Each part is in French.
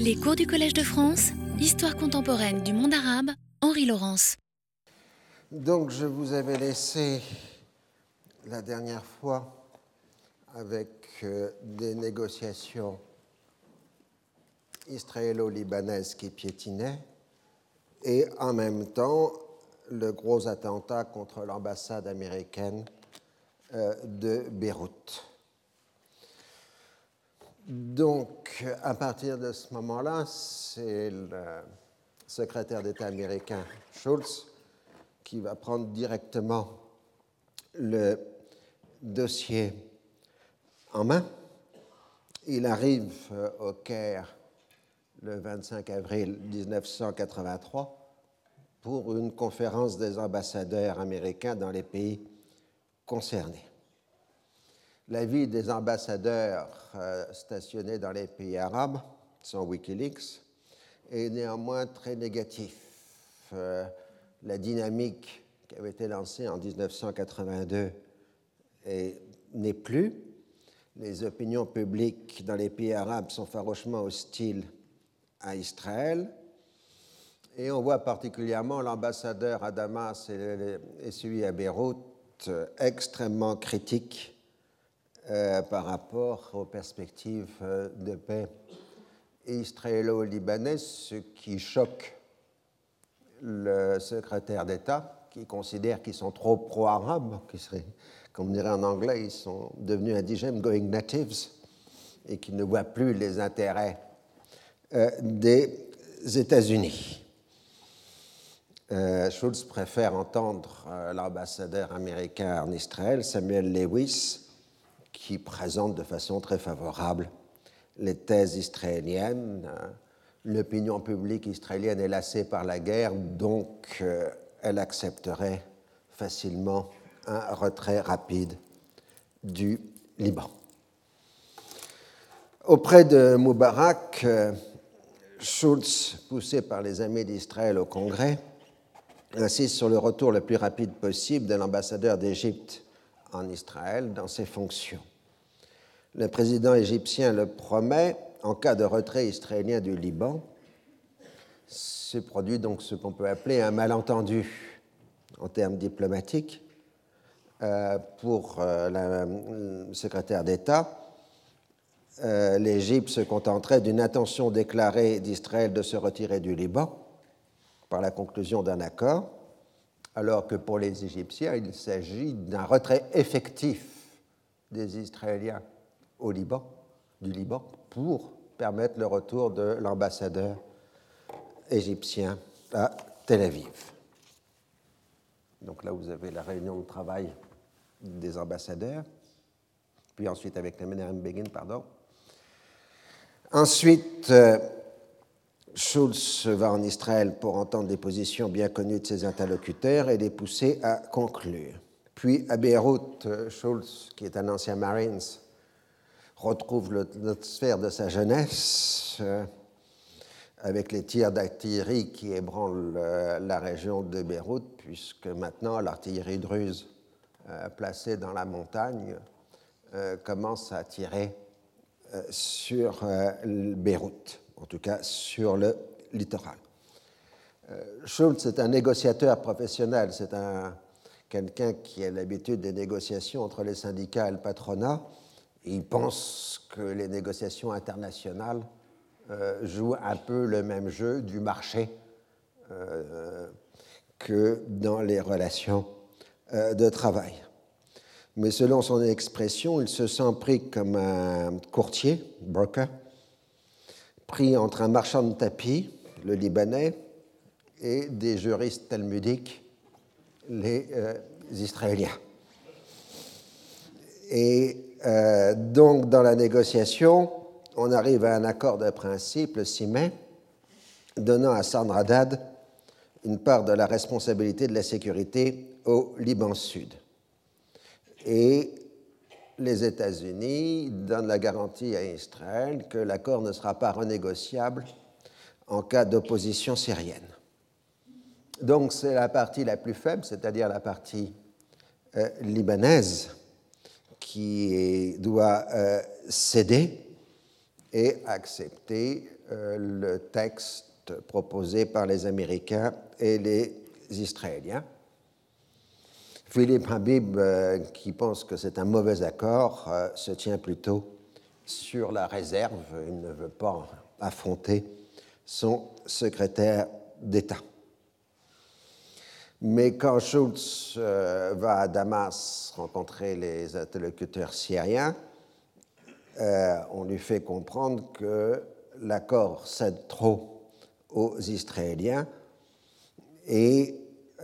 Les cours du Collège de France, Histoire contemporaine du monde arabe, Henri Laurence. Donc, je vous avais laissé la dernière fois avec des négociations israélo-libanaises qui piétinaient et en même temps le gros attentat contre l'ambassade américaine de Beyrouth. Donc, à partir de ce moment-là, c'est le secrétaire d'État américain Shultz qui va prendre directement le dossier en main. Il arrive au Caire le 25 avril 1983 pour une conférence des ambassadeurs américains dans les pays concernés. L'avis des ambassadeurs stationnés dans les pays arabes, sans Wikileaks, est néanmoins très négatif. La dynamique qui avait été lancée en 1982 n'est plus. Les opinions publiques dans les pays arabes sont farouchement hostiles à Israël. Et on voit particulièrement l'ambassadeur à Damas et celui à Beyrouth extrêmement critiques par rapport aux perspectives de paix israélo-libanaises, ce qui choque le secrétaire d'État, qui considère qu'ils sont trop pro-arabes, comme on dirait en anglais, ils sont devenus indigènes, going natives, et qui ne voient plus les intérêts des États-Unis. Shultz préfère entendre l'ambassadeur américain en Israël, Samuel Lewis, qui présente de façon très favorable les thèses israéliennes. L'opinion publique israélienne est lassée par la guerre, donc elle accepterait facilement un retrait rapide du Liban. Auprès de Moubarak, Shultz, poussé par les amis d'Israël au Congrès, insiste sur le retour le plus rapide possible de l'ambassadeur d'Égypte en Israël dans ses fonctions. Le président égyptien le promet en cas de retrait israélien du Liban. Se produit donc ce qu'on peut appeler un malentendu en termes diplomatiques pour le secrétaire d'État. L'Égypte se contenterait d'une intention déclarée d'Israël de se retirer du Liban par la conclusion d'un accord, alors que pour les Égyptiens, il s'agit d'un retrait effectif des Israéliens du Liban, pour permettre le retour de l'ambassadeur égyptien à Tel Aviv. Donc là, vous avez la réunion de travail des ambassadeurs, puis ensuite avec le Menachem Begin, Ensuite, Shultz va en Israël pour entendre des positions bien connues de ses interlocuteurs et les pousser à conclure. Puis à Beyrouth, Shultz, qui est un ancien Marines, retrouve l'atmosphère de sa jeunesse avec les tirs d'artillerie qui ébranlent la région de Beyrouth, puisque maintenant l'artillerie druze placée dans la montagne commence à tirer sur Beyrouth, en tout cas sur le littoral. Shultz est un négociateur professionnel, c'est quelqu'un qui a l'habitude des négociations entre les syndicats et le patronat. Il pense que les négociations internationales jouent un peu le même jeu du marché que dans les relations de travail. Mais selon son expression, il se sent pris comme un courtier, broker, pris entre un marchand de tapis, le Libanais, et des juristes talmudiques, les Israéliens. Et donc, dans la négociation, on arrive à un accord de principe le 6 mai, donnant à Sadr Haddad une part de la responsabilité de la sécurité au Liban Sud. Et les États-Unis donnent la garantie à Israël que l'accord ne sera pas renégociable en cas d'opposition syrienne. Donc, c'est la partie la plus faible, c'est-à-dire la partie libanaise, qui doit céder et accepté le texte proposé par les Américains et les Israéliens. Philippe Habib, qui pense que c'est un mauvais accord, se tient plutôt sur la réserve. Il ne veut pas affronter son secrétaire d'État. Mais quand Schulz va à Damas rencontrer les interlocuteurs syriens, on lui fait comprendre que l'accord cède trop aux Israéliens et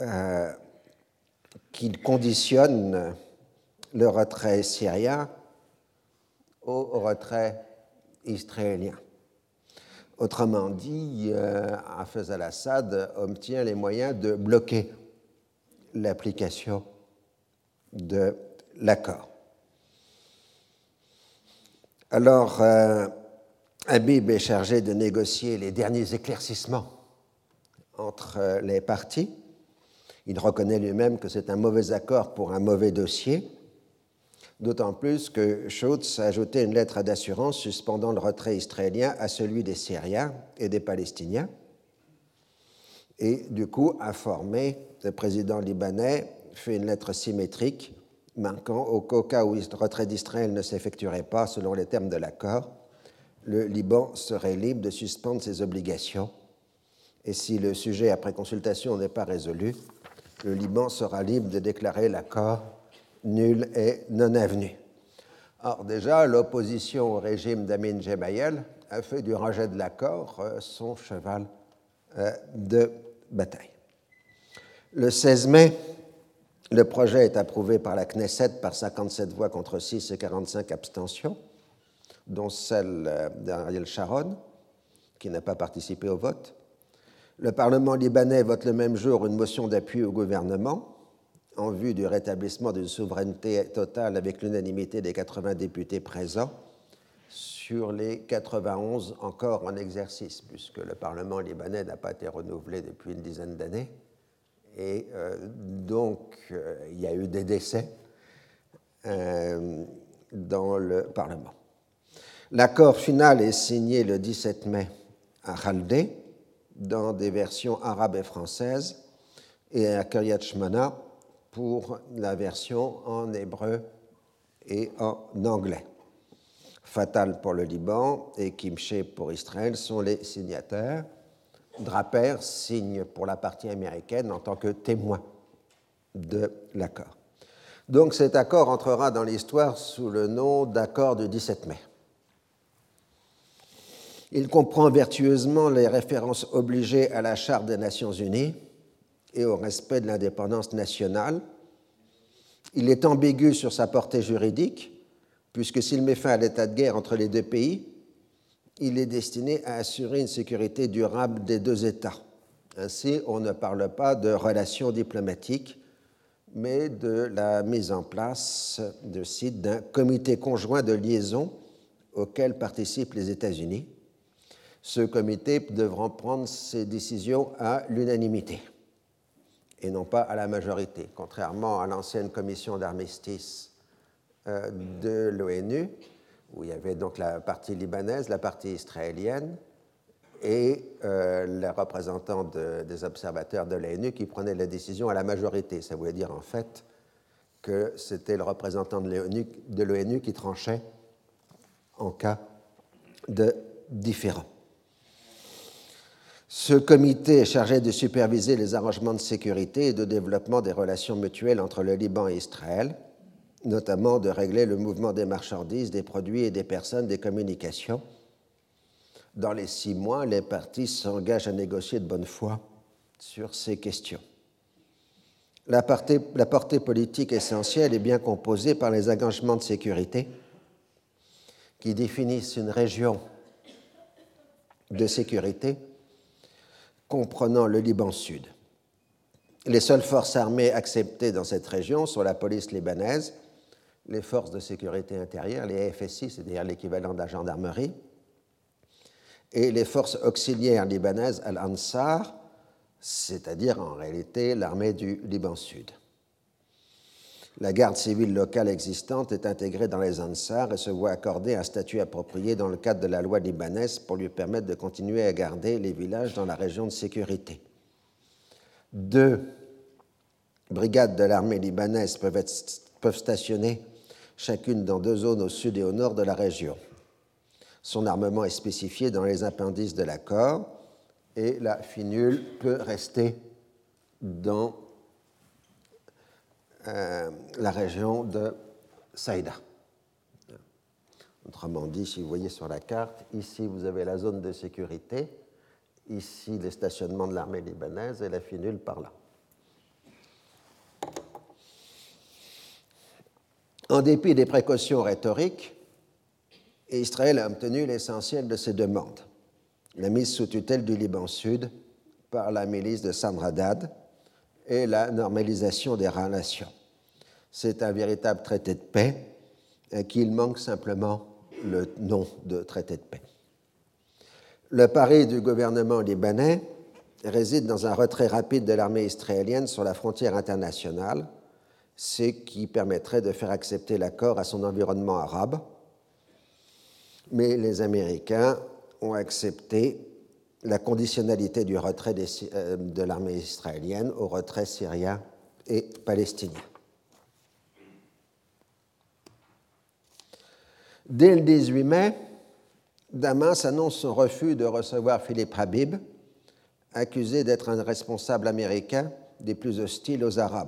qu'il conditionne le retrait syrien au retrait israélien. Autrement dit, Hafez al-Assad obtient les moyens de bloquer l'application de l'accord. Alors, Habib est chargé de négocier les derniers éclaircissements entre les parties. Il reconnaît lui-même que c'est un mauvais accord pour un mauvais dossier, d'autant plus que Schulz a ajouté une lettre d'assurance suspendant le retrait israélien à celui des Syriens et des Palestiniens, et du coup informé le président libanais, fait une lettre symétrique marquant au cas où le retrait d'Israël ne s'effectuerait pas selon les termes de l'accord, le Liban serait libre de suspendre ses obligations, et si le sujet après consultation n'est pas résolu, le Liban sera libre de déclarer l'accord nul et non avenu. Or déjà, l'opposition au régime d'Amin Gemayel a fait du rejet de l'accord son cheval de bataille. Le 16 mai, le projet est approuvé par la Knesset par 57 voix contre 6 et 45 abstentions, dont celle d'Ariel Sharon, qui n'a pas participé au vote. Le Parlement libanais vote le même jour une motion d'appui au gouvernement en vue du rétablissement d'une souveraineté totale avec l'unanimité des 80 députés présents sur les 91 encore en exercice, puisque le Parlement libanais n'a pas été renouvelé depuis une dizaine d'années. Et donc, il y a eu des décès dans le Parlement. L'accord final est signé le 17 mai à Chaldée, dans des versions arabes et françaises, et à Kiryat Shmona pour la version en hébreu et en anglais. Fatal pour le Liban et Kimché pour Israël sont les signataires. Draper signe pour la partie américaine en tant que témoin de l'accord. Donc cet accord entrera dans l'histoire sous le nom d'accord du 17 mai. Il comprend vertueusement les références obligées à la Charte des Nations Unies et au respect de l'indépendance nationale. Il est ambigu sur sa portée juridique, puisque s'il met fin à l'état de guerre entre les deux pays, il est destiné à assurer une sécurité durable des deux États. Ainsi, on ne parle pas de relations diplomatiques, mais de la mise en place, je cite, d'un comité conjoint de liaison auquel participent les États-Unis. Ce comité devra prendre ses décisions à l'unanimité et non pas à la majorité, contrairement à l'ancienne commission d'armistice de l'ONU, où il y avait donc la partie libanaise, la partie israélienne et les représentants des observateurs de l'ONU qui prenaient la décision à la majorité. Ça voulait dire en fait que c'était le représentant de l'ONU qui tranchait en cas de différend. Ce comité est chargé de superviser les arrangements de sécurité et de développement des relations mutuelles entre le Liban et Israël, notamment de régler le mouvement des marchandises, des produits et des personnes, des communications. Dans les 6 mois, les parties s'engagent à négocier de bonne foi sur ces questions. La portée politique essentielle est bien composée par les engagements de sécurité qui définissent une région de sécurité comprenant le Liban Sud. Les seules forces armées acceptées dans cette région sont la police libanaise, les forces de sécurité intérieure, les FSI, c'est-à-dire l'équivalent de la gendarmerie, et les forces auxiliaires libanaises Al-Ansar, c'est-à-dire en réalité l'armée du Liban Sud. La garde civile locale existante est intégrée dans les Ansar et se voit accorder un statut approprié dans le cadre de la loi libanaise pour lui permettre de continuer à garder les villages dans la région de sécurité. 2 brigades de l'armée libanaise peuvent stationner chacune dans 2 zones au sud et au nord de la région. Son armement est spécifié dans les appendices de l'accord et la finule peut rester dans la région de Saïda. Autrement dit, si vous voyez sur la carte, ici vous avez la zone de sécurité, ici les stationnements de l'armée libanaise et la finule par là. En dépit des précautions rhétoriques, Israël a obtenu l'essentiel de ses demandes. La mise sous tutelle du Liban Sud par la milice de Sadr Haddad et la normalisation des relations. C'est un véritable traité de paix qu'il manque simplement le nom de traité de paix. Le pari du gouvernement libanais réside dans un retrait rapide de l'armée israélienne sur la frontière internationale, ce qui permettrait de faire accepter l'accord à son environnement arabe. Mais les Américains ont accepté la conditionnalité du retrait de l'armée israélienne au retrait syrien et palestinien. Dès le 18 mai, Damas annonce son refus de recevoir Philippe Habib, accusé d'être un responsable américain des plus hostiles aux Arabes.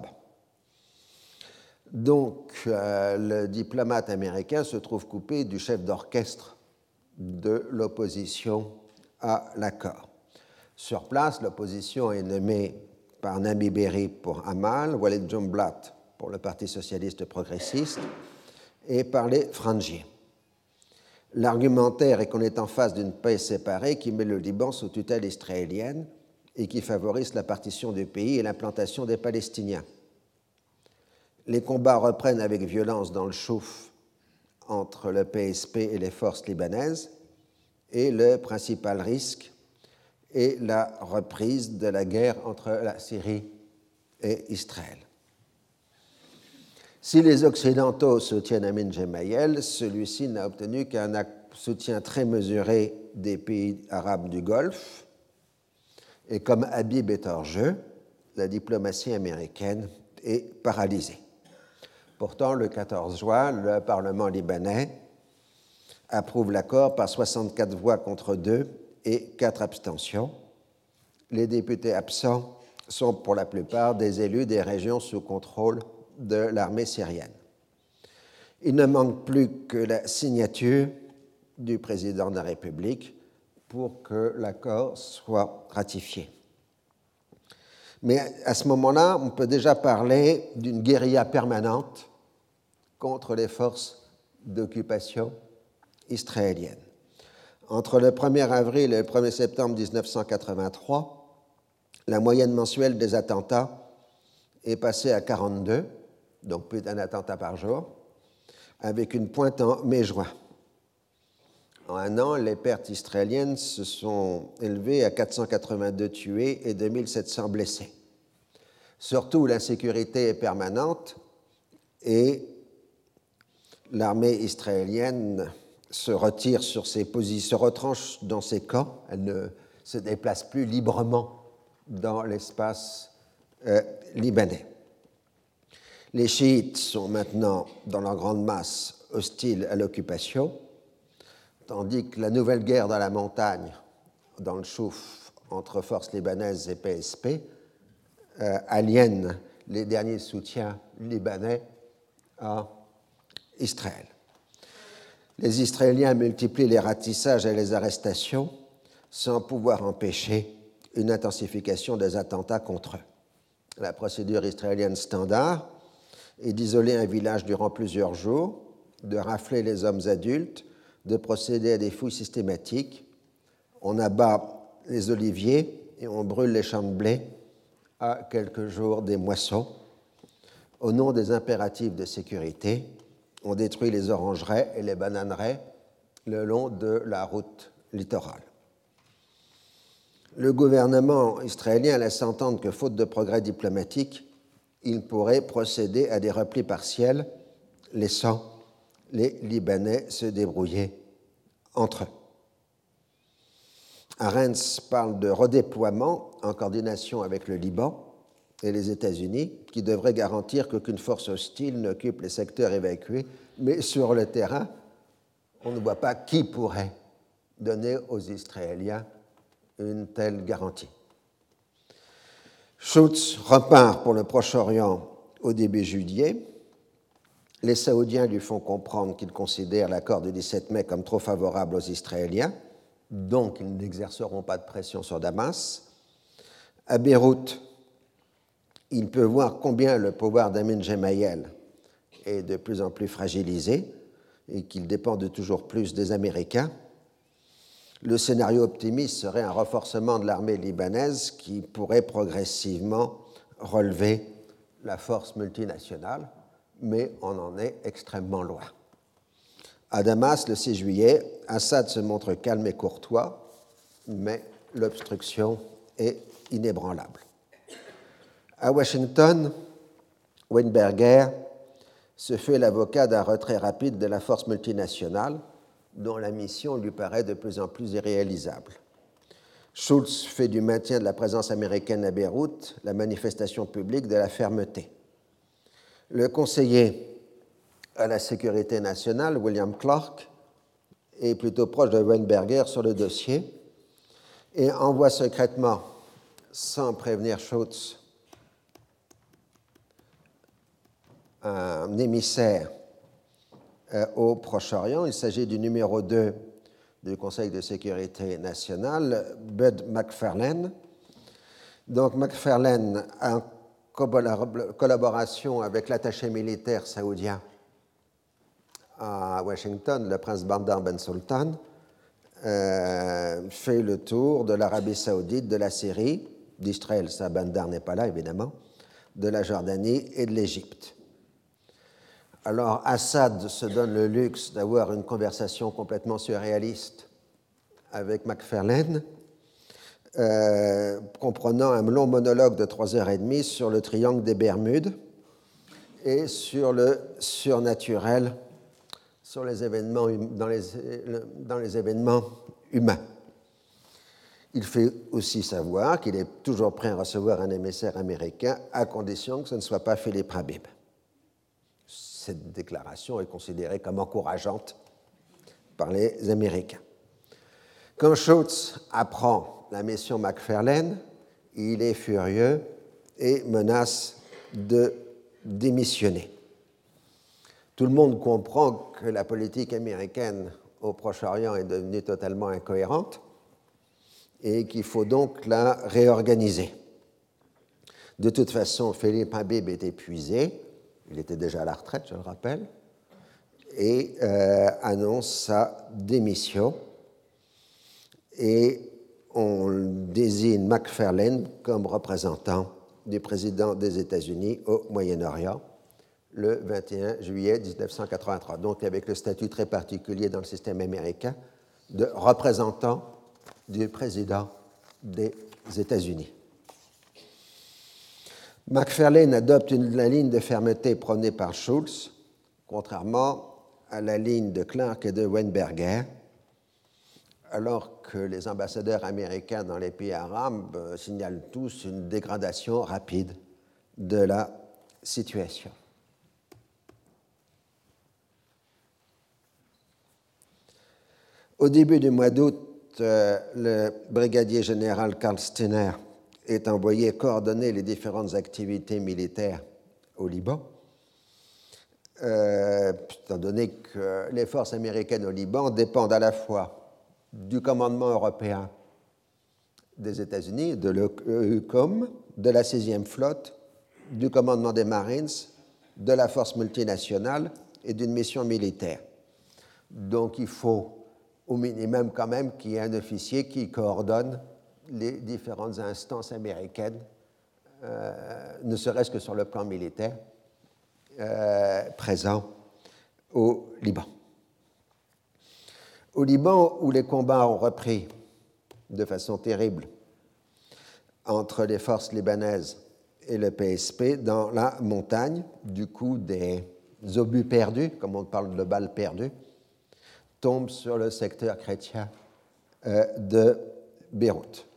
Donc, le diplomate américain se trouve coupé du chef d'orchestre de l'opposition à l'accord. Sur place, l'opposition est nommée par Nabi Berri pour Amal, Walid Jumblat pour le Parti socialiste progressiste et par les Frangiers. L'argumentaire est qu'on est en face d'une paix séparée qui met le Liban sous tutelle israélienne et qui favorise la partition du pays et l'implantation des Palestiniens. Les combats reprennent avec violence dans le Chouf entre le PSP et les forces libanaises, et le principal risque est la reprise de la guerre entre la Syrie et Israël. Si les Occidentaux soutiennent Amin Gemayel, celui-ci n'a obtenu qu'un soutien très mesuré des pays arabes du Golfe, et comme Habib est hors jeu, la diplomatie américaine est paralysée. Pourtant, le 14 juin, le Parlement libanais approuve l'accord par 64 voix contre 2 et 4 abstentions. Les députés absents sont pour la plupart des élus des régions sous contrôle de l'armée syrienne. Il ne manque plus que la signature du président de la République pour que l'accord soit ratifié. Mais à ce moment-là, on peut déjà parler d'une guérilla permanente contre les forces d'occupation israéliennes. Entre le 1er avril et le 1er septembre 1983, la moyenne mensuelle des attentats est passée à 42, donc plus d'un attentat par jour, avec une pointe en mai-juin. En un an, les pertes israéliennes se sont élevées à 482 tués et 2700 blessés. Surtout, l'insécurité est permanente et l'armée israélienne se retire sur ses positions, se retranche dans ses camps. Elle ne se déplace plus librement dans l'espace libanais. Les chiites sont maintenant, dans leur grande masse, hostiles à l'occupation, tandis que la nouvelle guerre dans la montagne, dans le Chouf, entre forces libanaises et PSP, aliène les derniers soutiens libanais à Israël. Les Israéliens multiplient les ratissages et les arrestations sans pouvoir empêcher une intensification des attentats contre eux. La procédure israélienne standard est d'isoler un village durant plusieurs jours, de rafler les hommes adultes, de procéder à des fouilles systématiques. On abat les oliviers et on brûle les champs de blé à quelques jours des moissons. Au nom des impératifs de sécurité, on détruit les orangerais et les bananeraies le long de la route littorale. Le gouvernement israélien laisse entendre que, faute de progrès diplomatique, il pourrait procéder à des replis partiels, laissant les Libanais se débrouiller entre eux. Arens parle de redéploiement en coordination avec le Liban et les États-Unis, qui devrait garantir qu'aucune force hostile n'occupe les secteurs évacués, mais sur le terrain, on ne voit pas qui pourrait donner aux Israéliens une telle garantie. Schultz repart pour le Proche-Orient au début juillet. Les Saoudiens lui font comprendre qu'ils considèrent l'accord du 17 mai comme trop favorable aux Israéliens, donc ils n'exerceront pas de pression sur Damas. À Beyrouth, il peut voir combien le pouvoir d'Amin Gemayel est de plus en plus fragilisé et qu'il dépend de toujours plus des Américains. Le scénario optimiste serait un renforcement de l'armée libanaise qui pourrait progressivement relever la force multinationale, mais on en est extrêmement loin. À Damas, le 6 juillet, Assad se montre calme et courtois, mais l'obstruction est inébranlable. À Washington, Weinberger se fait l'avocat d'un retrait rapide de la force multinationale, dont la mission lui paraît de plus en plus irréalisable. Schultz fait du maintien de la présence américaine à Beyrouth la manifestation publique de la fermeté. Le conseiller à la sécurité nationale, William Clark, est plutôt proche de Weinberger sur le dossier et envoie secrètement, sans prévenir Schultz, un émissaire au Proche-Orient. Il s'agit du numéro 2 du Conseil de sécurité nationale, Bud McFarlane. Donc McFarlane, en collaboration avec l'attaché militaire saoudien à Washington, le prince Bandar Ben Sultan, fait le tour de l'Arabie saoudite, de la Syrie, d'Israël, ça Bandar n'est pas là évidemment, de la Jordanie et de l'Égypte. Alors Assad se donne le luxe d'avoir une conversation complètement surréaliste avec McFarlane, comprenant un long monologue de 3h30 sur le triangle des Bermudes et sur le surnaturel, sur les événements, dans les événements humains. Il fait aussi savoir qu'il est toujours prêt à recevoir un émissaire américain à condition que ce ne soit pas Philippe Habib. Cette déclaration est considérée comme encourageante par les Américains. Quand Schultz apprend la mission McFarlane, il est furieux et menace de démissionner. Tout le monde comprend que la politique américaine au Proche-Orient est devenue totalement incohérente et qu'il faut donc la réorganiser. De toute façon, Philippe Habib est épuisé. Il était déjà à la retraite, je le rappelle, et annonce sa démission. Et on désigne McFarlane comme représentant du président des États-Unis au Moyen-Orient le 21 juillet 1983, donc avec le statut très particulier dans le système américain de représentant du président des États-Unis. McFarlane adopte la ligne de fermeté prônée par Schultz, contrairement à la ligne de Clark et de Weinberger, alors que les ambassadeurs américains dans les pays arabes signalent tous une dégradation rapide de la situation. Au début du mois d'août, le brigadier général Karl Steiner est envoyé coordonner les différentes activités militaires au Liban, étant donné que les forces américaines au Liban dépendent à la fois du commandement européen des États-Unis, de l'EUCOM, de la 6e flotte, du commandement des Marines, de la force multinationale et d'une mission militaire. Donc il faut au minimum quand même qu'il y ait un officier qui coordonne les différentes instances américaines, ne serait-ce que sur le plan militaire, présents au Liban. Au Liban, où les combats ont repris de façon terrible entre les forces libanaises et le PSP dans la montagne. Du coup, des obus perdus, comme on parle de balles perdues, tombent sur le secteur chrétien de Beyrouth.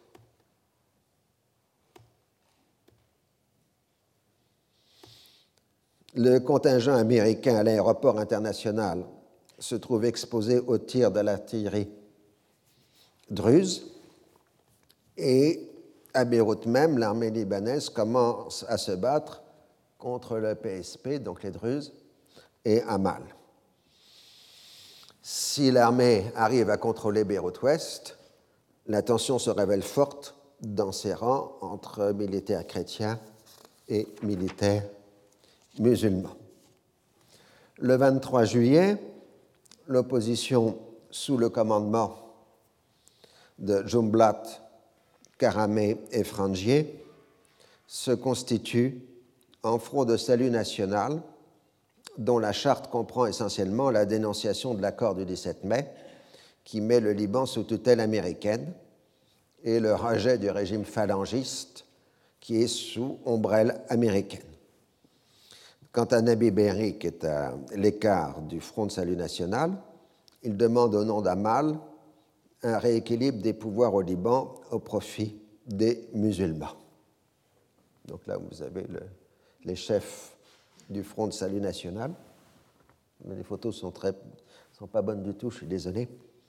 Le contingent américain à l'aéroport international se trouve exposé aux tirs de l'artillerie druze et à Beyrouth même, l'armée libanaise commence à se battre contre le PSP, donc les druzes, et Amal. Si l'armée arrive à contrôler Beyrouth-Ouest, la tension se révèle forte dans ses rangs entre militaires chrétiens et militaires musulmans. Le 23 juillet, l'opposition sous le commandement de Jumblat, Karamé et Frangier se constitue en front de salut national dont la charte comprend essentiellement la dénonciation de l'accord du 17 mai qui met le Liban sous tutelle américaine et le rejet du régime phalangiste qui est sous ombrelle américaine. Quant à Nabi Berri, qui est à l'écart du Front de salut national, il demande au nom d'Amal un rééquilibre des pouvoirs au Liban au profit des musulmans. Donc là, vous avez les chefs du Front de salut national. Mais les photos sont pas bonnes du tout, je suis désolé.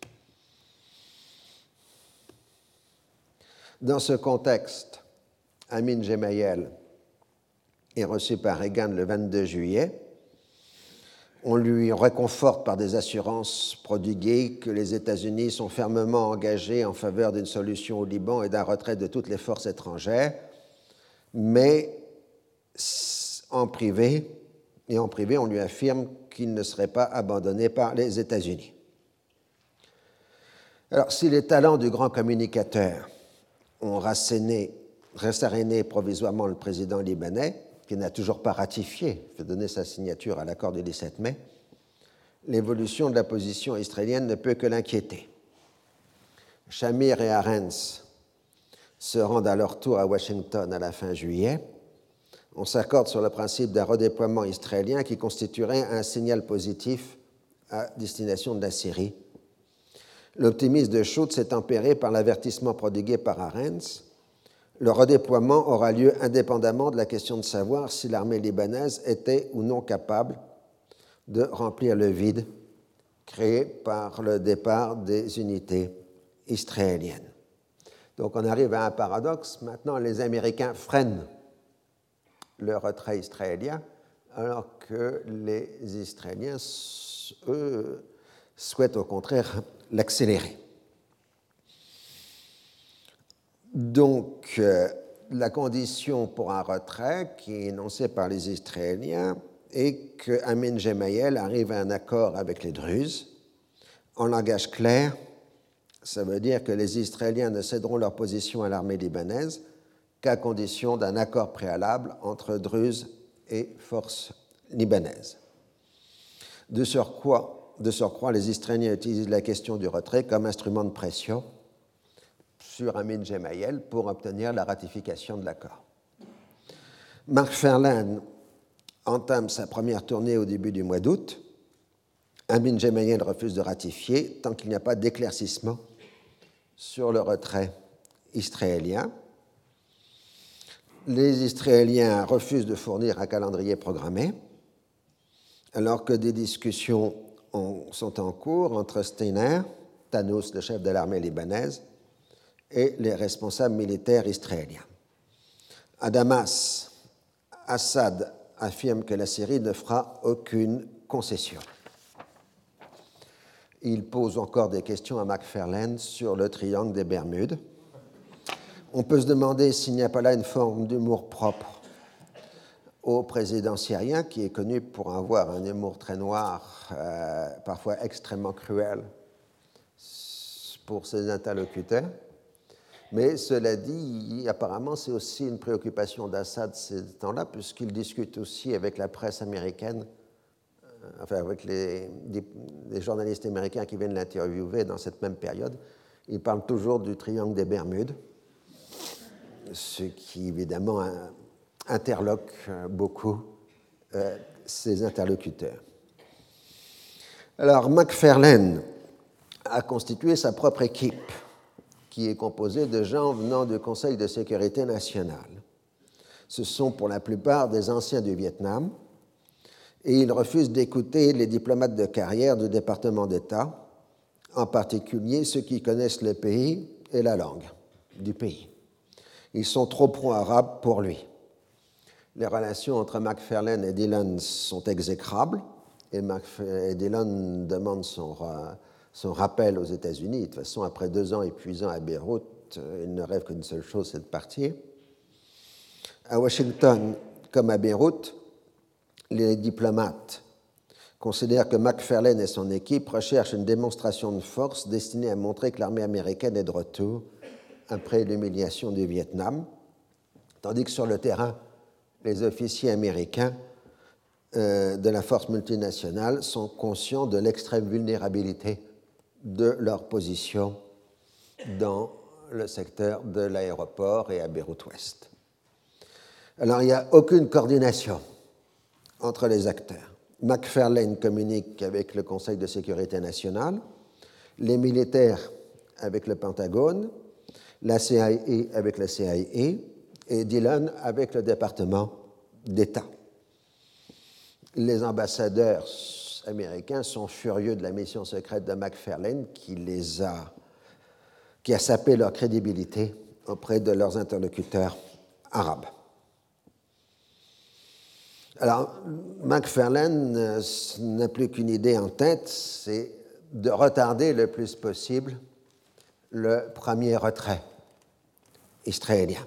Dans ce contexte, Amin Gemayel est reçu par Reagan le 22 juillet. On lui réconforte par des assurances prodiguées que les États-Unis sont fermement engagés en faveur d'une solution au Liban et d'un retrait de toutes les forces étrangères, mais en privé, on lui affirme qu'il ne serait pas abandonné par les États-Unis. Alors, si les talents du grand communicateur ont rasséréné provisoirement le président libanais, qui n'a toujours pas ratifié, fait donner sa signature à l'accord du 17 mai, l'évolution de la position israélienne ne peut que l'inquiéter. Shamir et Arens se rendent à leur tour à Washington à la fin juillet. On s'accorde sur le principe d'un redéploiement israélien qui constituerait un signal positif à destination de la Syrie. L'optimisme de Schutz est tempéré par l'avertissement prodigué par Arens. Le redéploiement aura lieu indépendamment de la question de savoir si l'armée libanaise était ou non capable de remplir le vide créé par le départ des unités israéliennes. Donc on arrive à un paradoxe. Maintenant, les Américains freinent le retrait israélien, alors que les Israéliens, eux, souhaitent au contraire l'accélérer. Donc, la condition pour un retrait qui est énoncée par les Israéliens est que Amin Gemayel arrive à un accord avec les Druzes. En langage clair, ça veut dire que les Israéliens ne céderont leur position à l'armée libanaise qu'à condition d'un accord préalable entre Druzes et forces libanaises. De surcroît, les Israéliens utilisent la question du retrait comme instrument de pression sur Amin Gemayel pour obtenir la ratification de l'accord. McFarlane entame sa première tournée au début du mois d'août. Amin Gemayel refuse de ratifier tant qu'il n'y a pas d'éclaircissement sur le retrait israélien. Les Israéliens refusent de fournir un calendrier programmé, alors que des discussions sont en cours entre Steiner, Tanous, le chef de l'armée libanaise, et les responsables militaires israéliens. À Damas, Assad affirme que la Syrie ne fera aucune concession. Il pose encore des questions à McFarlane sur le triangle des Bermudes. On peut se demander s'il n'y a pas là une forme d'humour propre au président syrien, qui est connu pour avoir un humour très noir, parfois extrêmement cruel pour ses interlocuteurs. Mais cela dit, apparemment, c'est aussi une préoccupation d'Assad ces temps-là, puisqu'il discute aussi avec la presse américaine, avec les journalistes américains qui viennent l'interviewer dans cette même période. Il parle toujours du triangle des Bermudes, ce qui, évidemment, interloque beaucoup ses interlocuteurs. Alors, Macfarlane a constitué sa propre équipe, qui est composée de gens venant du Conseil de sécurité nationale. Ce sont pour la plupart des anciens du Vietnam, et il refuse d'écouter les diplomates de carrière du département d'État, en particulier ceux qui connaissent le pays et la langue du pays. Ils sont trop pro-arabes pour lui. Les relations entre Macfarlane et Dillon sont exécrables, et Dillon demande son rappel aux États-Unis. De toute façon, après 2 ans épuisants à Beyrouth, il ne rêve qu'une seule chose, c'est de partir. À Washington, comme à Beyrouth, les diplomates considèrent que Macfarlane et son équipe recherchent une démonstration de force destinée à montrer que l'armée américaine est de retour après l'humiliation du Vietnam, tandis que sur le terrain, les officiers américains de la force multinationale sont conscients de l'extrême vulnérabilité de leur position dans le secteur de l'aéroport et à Beyrouth-Ouest. Alors, il n'y a aucune coordination entre les acteurs. Macfarlane communique avec le Conseil de sécurité nationale, les militaires avec le Pentagone, la CIA avec la CIA et Dillon avec le département d'État. Les ambassadeurs américains sont furieux de la mission secrète de Macfarlane qui a sapé leur crédibilité auprès de leurs interlocuteurs arabes. Alors, Macfarlane n'a plus qu'une idée en tête, c'est de retarder le plus possible le premier retrait israélien.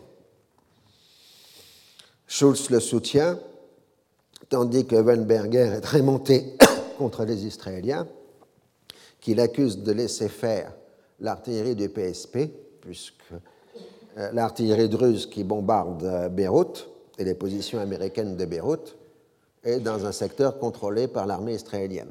Schultz le soutient, tandis que Weinberger est remonté contre les Israéliens, qu'il accuse de laisser faire l'artillerie du PSP, puisque l'artillerie druze qui bombarde Beyrouth et les positions américaines de Beyrouth est dans un secteur contrôlé par l'armée israélienne.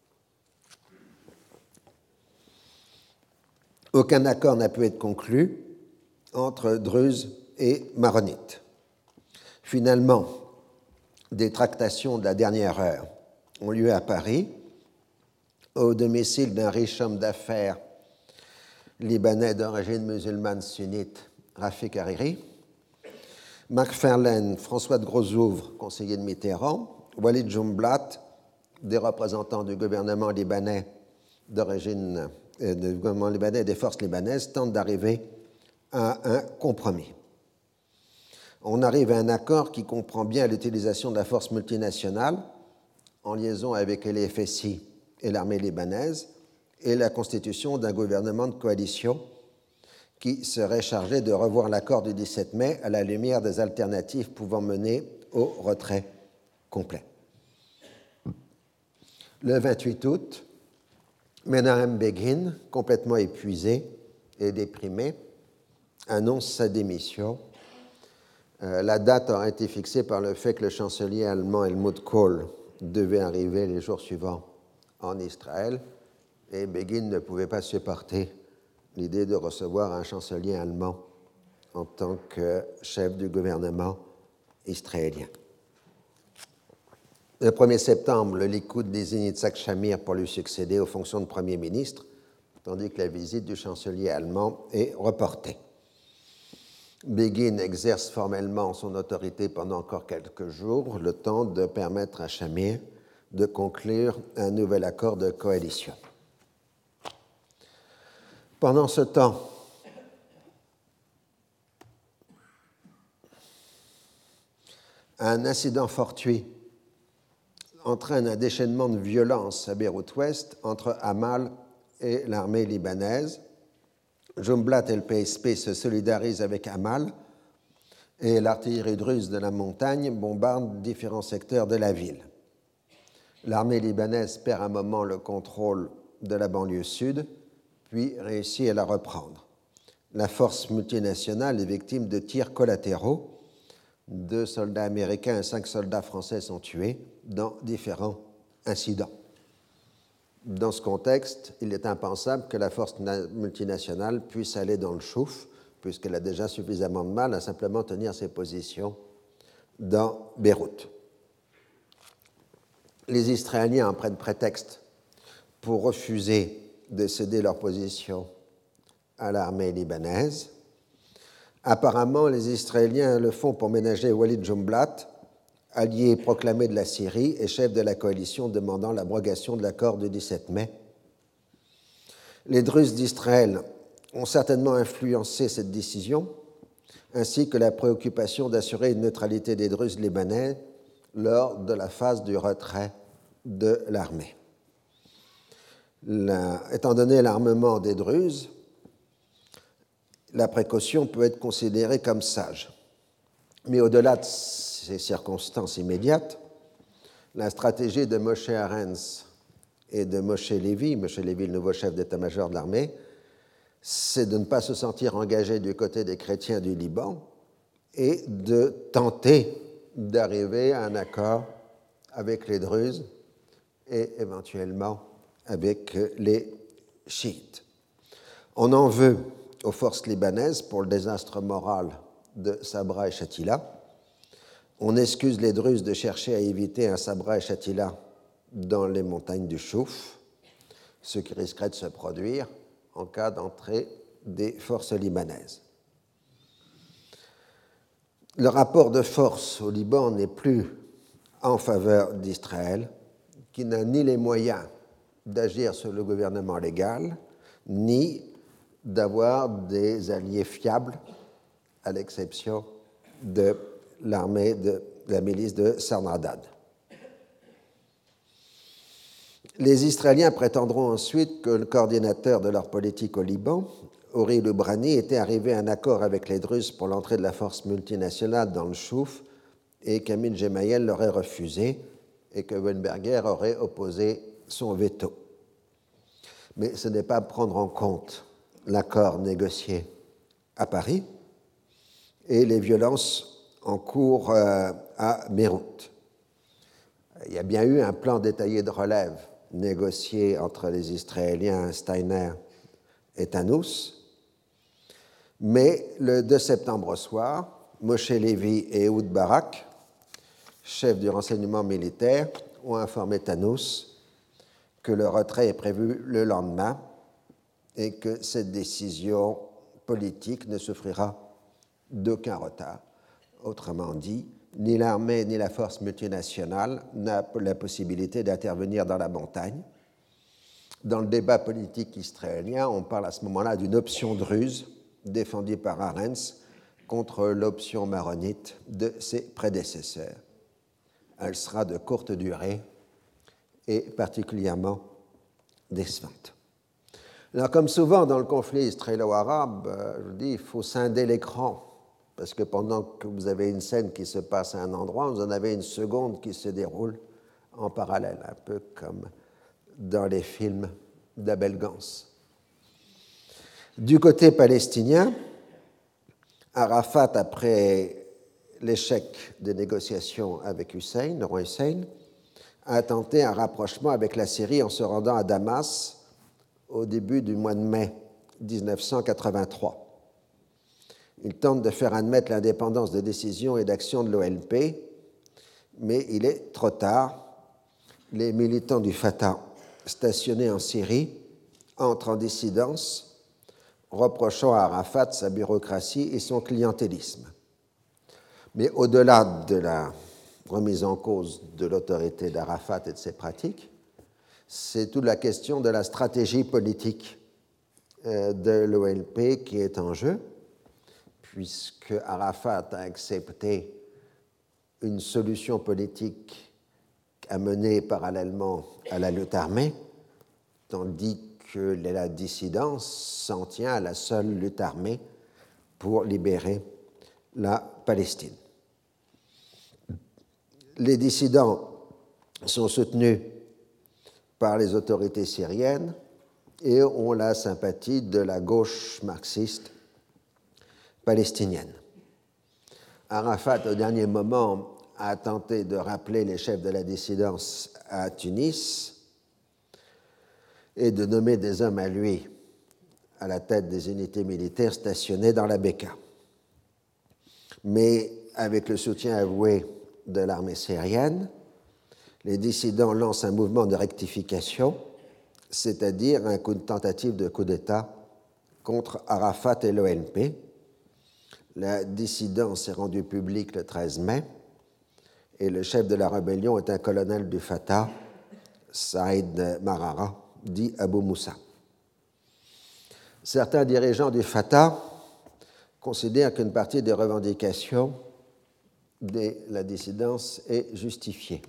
Aucun accord n'a pu être conclu entre Druzes et Maronites. Finalement, des tractations de la dernière heure ont lieu à Paris, au domicile d'un riche homme d'affaires libanais d'origine musulmane sunnite, Rafik Hariri. Macfarlane, François de Grosouvre, conseiller de Mitterrand, Walid Jumblatt, des représentants du gouvernement libanais d'origine du gouvernement libanais et des forces libanaises tentent d'arriver à un compromis. On arrive à un accord qui comprend bien l'utilisation de la force multinationale en liaison avec les FSI et l'armée libanaise et la constitution d'un gouvernement de coalition qui serait chargé de revoir l'accord du 17 mai à la lumière des alternatives pouvant mener au retrait complet. Le 28 août, Menahem Begin, complètement épuisé et déprimé, annonce sa démission. La date a été fixée par le fait que le chancelier allemand Helmut Kohl devait arriver les jours suivants en Israël et Begin ne pouvait pas supporter l'idée de recevoir un chancelier allemand en tant que chef du gouvernement israélien. Le 1er septembre, le Likoud désigne Yitzhak Shamir pour lui succéder aux fonctions de Premier ministre, tandis que la visite du chancelier allemand est reportée. Begin exerce formellement son autorité pendant encore quelques jours, le temps de permettre à Shamir de conclure un nouvel accord de coalition. Pendant ce temps, un incident fortuit entraîne un déchaînement de violence à Beyrouth-Ouest entre Amal et l'armée libanaise. Jumblatt et le PSP se solidarisent avec Amal et l'artillerie druze de la montagne bombarde différents secteurs de la ville. L'armée libanaise perd un moment le contrôle de la banlieue sud, puis réussit à la reprendre. La force multinationale est victime de tirs collatéraux. 2 soldats américains et 5 soldats français sont tués dans différents incidents. Dans ce contexte, il est impensable que la force multinationale puisse aller dans le chouf, puisqu'elle a déjà suffisamment de mal à simplement tenir ses positions dans Beyrouth. Les Israéliens en prennent prétexte pour refuser de céder leur position à l'armée libanaise. Apparemment, les Israéliens le font pour ménager Walid Jumblat, allié proclamé de la Syrie et chef de la coalition demandant l'abrogation de l'accord du 17 mai. Les Druzes d'Israël ont certainement influencé cette décision, ainsi que la préoccupation d'assurer une neutralité des Druzes libanais lors de la phase du retrait de l'armée. Étant donné l'armement des Druzes, la précaution peut être considérée comme sage. Mais au-delà de ces circonstances immédiates, la stratégie de Moshe Arens et de Moshe Lévi, le nouveau chef d'état-major de l'armée, c'est de ne pas se sentir engagé du côté des chrétiens du Liban et de tenter d'arriver à un accord avec les Druzes et éventuellement avec les chiites. On en veut aux forces libanaises pour le désastre moral de Sabra et Shatila. On excuse les Druzes de chercher à éviter un Sabra et Shatila dans les montagnes du Chouf, ce qui risquerait de se produire en cas d'entrée des forces libanaises. Le rapport de force au Liban n'est plus en faveur d'Israël, qui n'a ni les moyens d'agir sur le gouvernement légal, ni d'avoir des alliés fiables, à l'exception de l'armée de la milice de Sarnadad. Les Israéliens prétendront ensuite que le coordinateur de leur politique au Liban, Ori Lubrani, était arrivé à un accord avec les Druzes pour l'entrée de la force multinationale dans le Chouf et qu'Amin Gemayel l'aurait refusé et que Weinberger aurait opposé son veto. Mais ce n'est pas prendre en compte l'accord négocié à Paris et les violences en cours à Beyrouth. Il y a bien eu un plan détaillé de relève négocié entre les Israéliens Steiner et Tannous, mais le 2 septembre au soir, Moshe Lévi et Ehud Barak, chefs du renseignement militaire, ont informé Tannous que le retrait est prévu le lendemain et que cette décision politique ne souffrira d'aucun retard. Autrement dit, ni l'armée ni la force multinationale n'a la possibilité d'intervenir dans la montagne. Dans le débat politique israélien, on parle à ce moment-là d'une option druze défendue par Arens contre l'option maronite de ses prédécesseurs. Elle sera de courte durée et particulièrement décevante. Alors, comme souvent dans le conflit israélo-arabe, je vous dis, il faut scinder l'écran, parce que pendant que vous avez une scène qui se passe à un endroit, vous en avez une seconde qui se déroule en parallèle, un peu comme dans les films d'Abel Gance. Du côté palestinien, Arafat, après l'échec des négociations avec Hussein, le roi Hussein, a tenté un rapprochement avec la Syrie en se rendant à Damas au début du mois de mai 1983. Il tente de faire admettre l'indépendance de décision et d'action de l'OLP, mais il est trop tard. Les militants du Fatah stationnés en Syrie entrent en dissidence, reprochant à Arafat sa bureaucratie et son clientélisme. Mais au-delà de la remise en cause de l'autorité d'Arafat et de ses pratiques, c'est toute la question de la stratégie politique de l'OLP qui est en jeu, puisque Arafat a accepté une solution politique à mener parallèlement à la lutte armée, tandis que la dissidence s'en tient à la seule lutte armée pour libérer la Palestine. Les dissidents sont soutenus par les autorités syriennes et ont la sympathie de la gauche marxiste palestinienne. Arafat, au dernier moment, a tenté de rappeler les chefs de la dissidence à Tunis et de nommer des hommes à lui à la tête des unités militaires stationnées dans la Beka. Mais avec le soutien avoué de l'armée syrienne, les dissidents lancent un mouvement de rectification, c'est-à-dire une tentative de coup d'État contre Arafat et l'ONP. La dissidence est rendue publique le 13 mai et le chef de la rébellion est un colonel du Fatah, Saïd Marara, dit Abu Moussa. Certains dirigeants du Fatah considèrent qu'une partie des revendications de la dissidence est justifiée.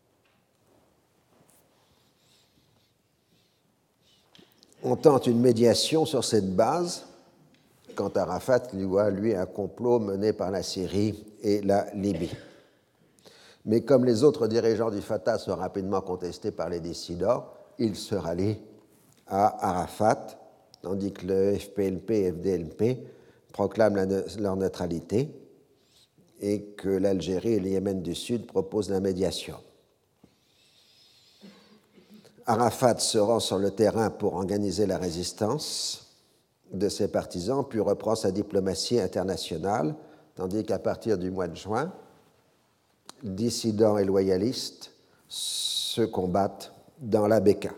On tente une médiation sur cette base, quand Arafat voit, lui, un complot mené par la Syrie et la Libye. Mais comme les autres dirigeants du Fatah sont rapidement contestés par les dissidents, ils se rallient à Arafat, tandis que le FPLP et FDLP proclament leur neutralité et que l'Algérie et le Yémen du Sud proposent la médiation. Arafat se rend sur le terrain pour organiser la résistance de ses partisans, puis reprend sa diplomatie internationale, tandis qu'à partir du mois de juin, dissidents et loyalistes se combattent dans la Bekaa.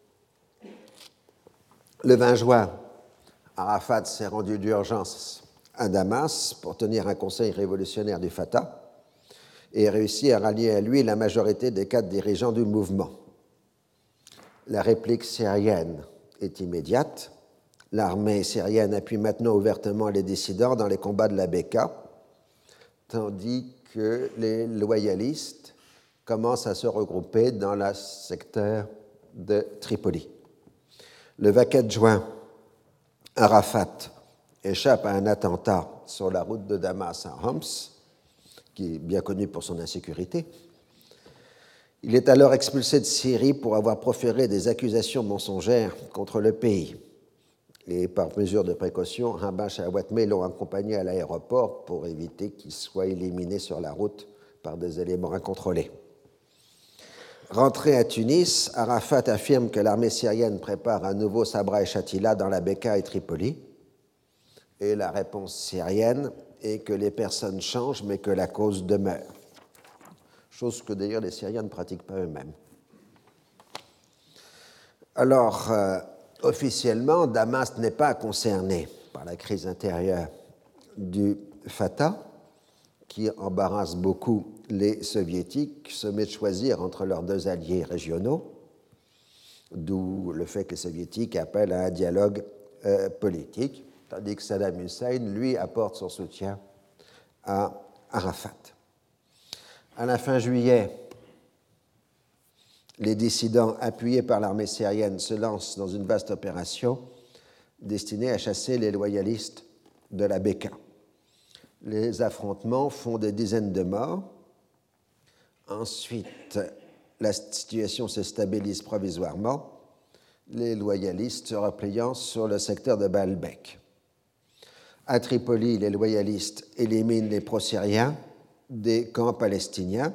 Le 20 juin, Arafat s'est rendu d'urgence à Damas pour tenir un conseil révolutionnaire du Fatah et réussit à rallier à lui la majorité des 4 dirigeants du mouvement. La réplique syrienne est immédiate. L'armée syrienne appuie maintenant ouvertement les dissidents dans les combats de la Bekaa, tandis que les loyalistes commencent à se regrouper dans le secteur de Tripoli. Le 24 juin, Arafat échappe à un attentat sur la route de Damas à Homs, qui est bien connu pour son insécurité. Il est alors expulsé de Syrie pour avoir proféré des accusations mensongères contre le pays. Et par mesure de précaution, Habash et Awatmeh l'ont accompagné à l'aéroport pour éviter qu'il soit éliminé sur la route par des éléments incontrôlés. Rentré à Tunis, Arafat affirme que l'armée syrienne prépare un nouveau Sabra et Shatila dans la Bekaa et Tripoli. Et la réponse syrienne est que les personnes changent, mais que la cause demeure. Chose que d'ailleurs les Syriens ne pratiquent pas eux-mêmes. Alors, officiellement, Damas n'est pas concerné par la crise intérieure du Fatah, qui embarrasse beaucoup les Soviétiques, se met de choisir entre leurs 2 alliés régionaux, d'où le fait que les Soviétiques appellent à un dialogue politique, tandis que Saddam Hussein, lui, apporte son soutien à Arafat. À la fin juillet, les dissidents appuyés par l'armée syrienne se lancent dans une vaste opération destinée à chasser les loyalistes de la Bekaa. Les affrontements font des dizaines de morts. Ensuite, la situation se stabilise provisoirement, les loyalistes se repliant sur le secteur de Baalbek. À Tripoli, les loyalistes éliminent les pro-syriens des camps palestiniens.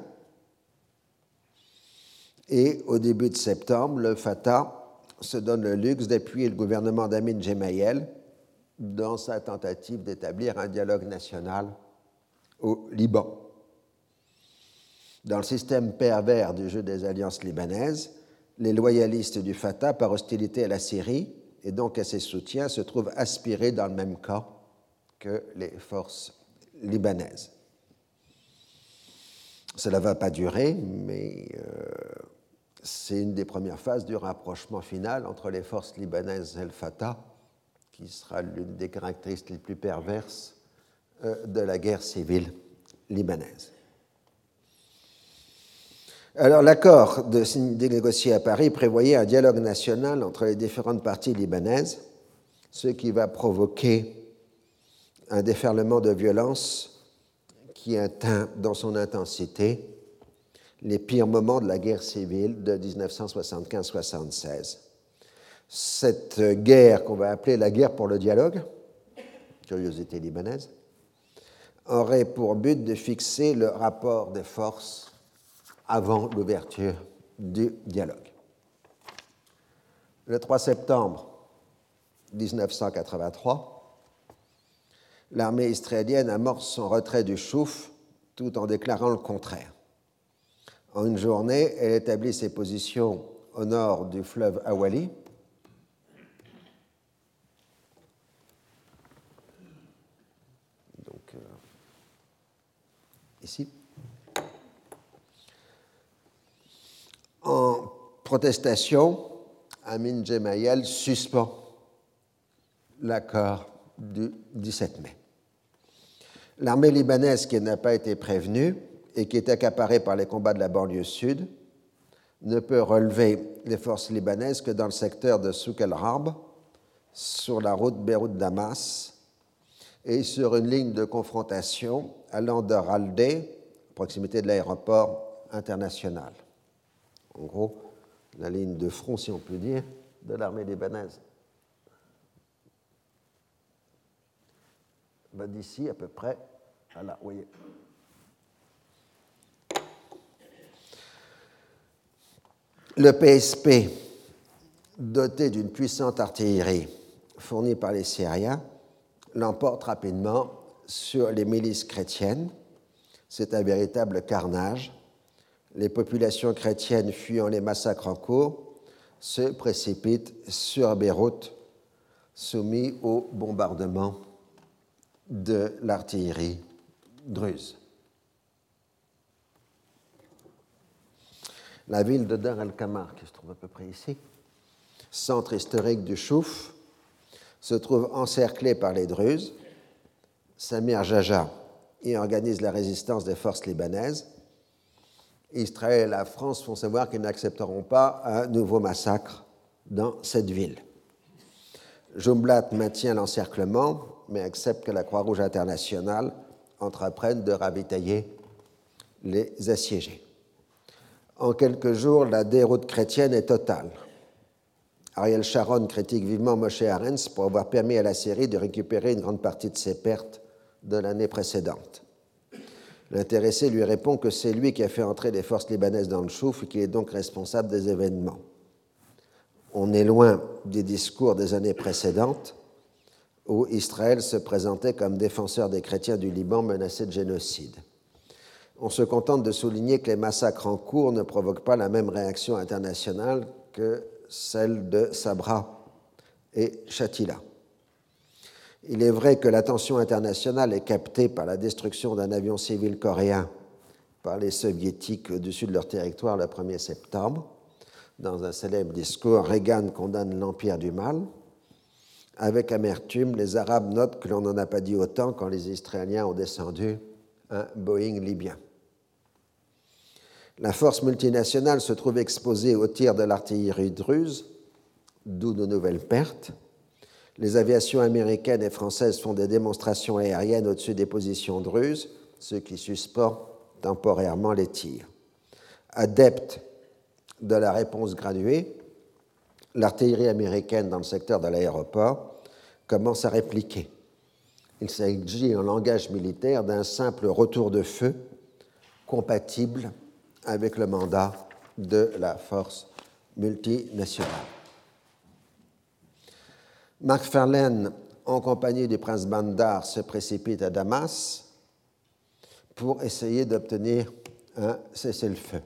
Et au début de septembre, le Fatah se donne le luxe d'appuyer le gouvernement d'Amin Gemayel dans sa tentative d'établir un dialogue national au Liban. Dans le système pervers du jeu des alliances libanaises, les loyalistes du Fatah, par hostilité à la Syrie et donc à ses soutiens, se trouvent aspirés dans le même camp que les forces libanaises. Cela ne va pas durer, mais c'est une des premières phases du rapprochement final entre les forces libanaises et le Fatah, qui sera l'une des caractéristiques les plus perverses de la guerre civile libanaise. Alors, l'accord négocié à Paris prévoyait un dialogue national entre les différentes parties libanaises, ce qui va provoquer un déferlement de violence qui atteint dans son intensité les pires moments de la guerre civile de 1975-76. Cette guerre qu'on va appeler la guerre pour le dialogue, curiosité libanaise, aurait pour but de fixer le rapport des forces avant l'ouverture du dialogue. Le 3 septembre 1983, l'armée israélienne amorce son retrait du Chouf tout en déclarant le contraire. En une journée, elle établit ses positions au nord du fleuve Awali, donc ici. En protestation, Amin Gemayel suspend l'accord du 17 mai. L'armée libanaise, qui n'a pas été prévenue et qui est accaparée par les combats de la banlieue sud, ne peut relever les forces libanaises que dans le secteur de Souk el-Harb, sur la route Beyrouth-Damas, et sur une ligne de confrontation allant de Raldé, proximité de l'aéroport international. En gros, la ligne de front, si on peut dire, de l'armée libanaise va d'ici à peu près à là, vous voyez. Le PSP, doté d'une puissante artillerie fournie par les Syriens, l'emporte rapidement sur les milices chrétiennes. C'est un véritable carnage. Les populations chrétiennes, fuyant les massacres en cours, se précipitent sur Beyrouth, soumis au bombardement de l'artillerie druze. La ville de Dar el-Kamar, qui se trouve à peu près ici, centre historique du Chouf, se trouve encerclée par les Druzes. Samir Jaja y organise la résistance des forces libanaises. Israël et la France font savoir qu'ils n'accepteront pas un nouveau massacre dans cette ville. Jumblat maintient l'encerclement, mais accepte que la Croix-Rouge internationale entreprenne de ravitailler les assiégés. En quelques jours, la déroute chrétienne est totale. Ariel Sharon critique vivement Moshe Arens pour avoir permis à la Syrie de récupérer une grande partie de ses pertes de l'année précédente. L'intéressé lui répond que c'est lui qui a fait entrer les forces libanaises dans le Chouf et qu'il est donc responsable des événements. On est loin des discours des années précédentes où Israël se présentait comme défenseur des chrétiens du Liban menacés de génocide. On se contente de souligner que les massacres en cours ne provoquent pas la même réaction internationale que celle de Sabra et Shatila. Il est vrai que l'attention internationale est captée par la destruction d'un avion civil coréen par les soviétiques au-dessus de leur territoire le 1er septembre. Dans un célèbre discours, Reagan condamne l'empire du mal. Avec amertume, les Arabes notent que l'on n'en a pas dit autant quand les Israéliens ont descendu un Boeing libyen. La force multinationale se trouve exposée aux tirs de l'artillerie druze, d'où de nouvelles pertes. Les aviations américaines et françaises font des démonstrations aériennes au-dessus des positions druzes, ce qui suspend temporairement les tirs. Adepte de la réponse graduée, l'artillerie américaine dans le secteur de l'aéroport commence à répliquer. Il s'agit en langage militaire d'un simple retour de feu compatible avec le mandat de la force multinationale. McFarlane, en compagnie du prince Bandar, se précipite à Damas pour essayer d'obtenir un cessez-le-feu.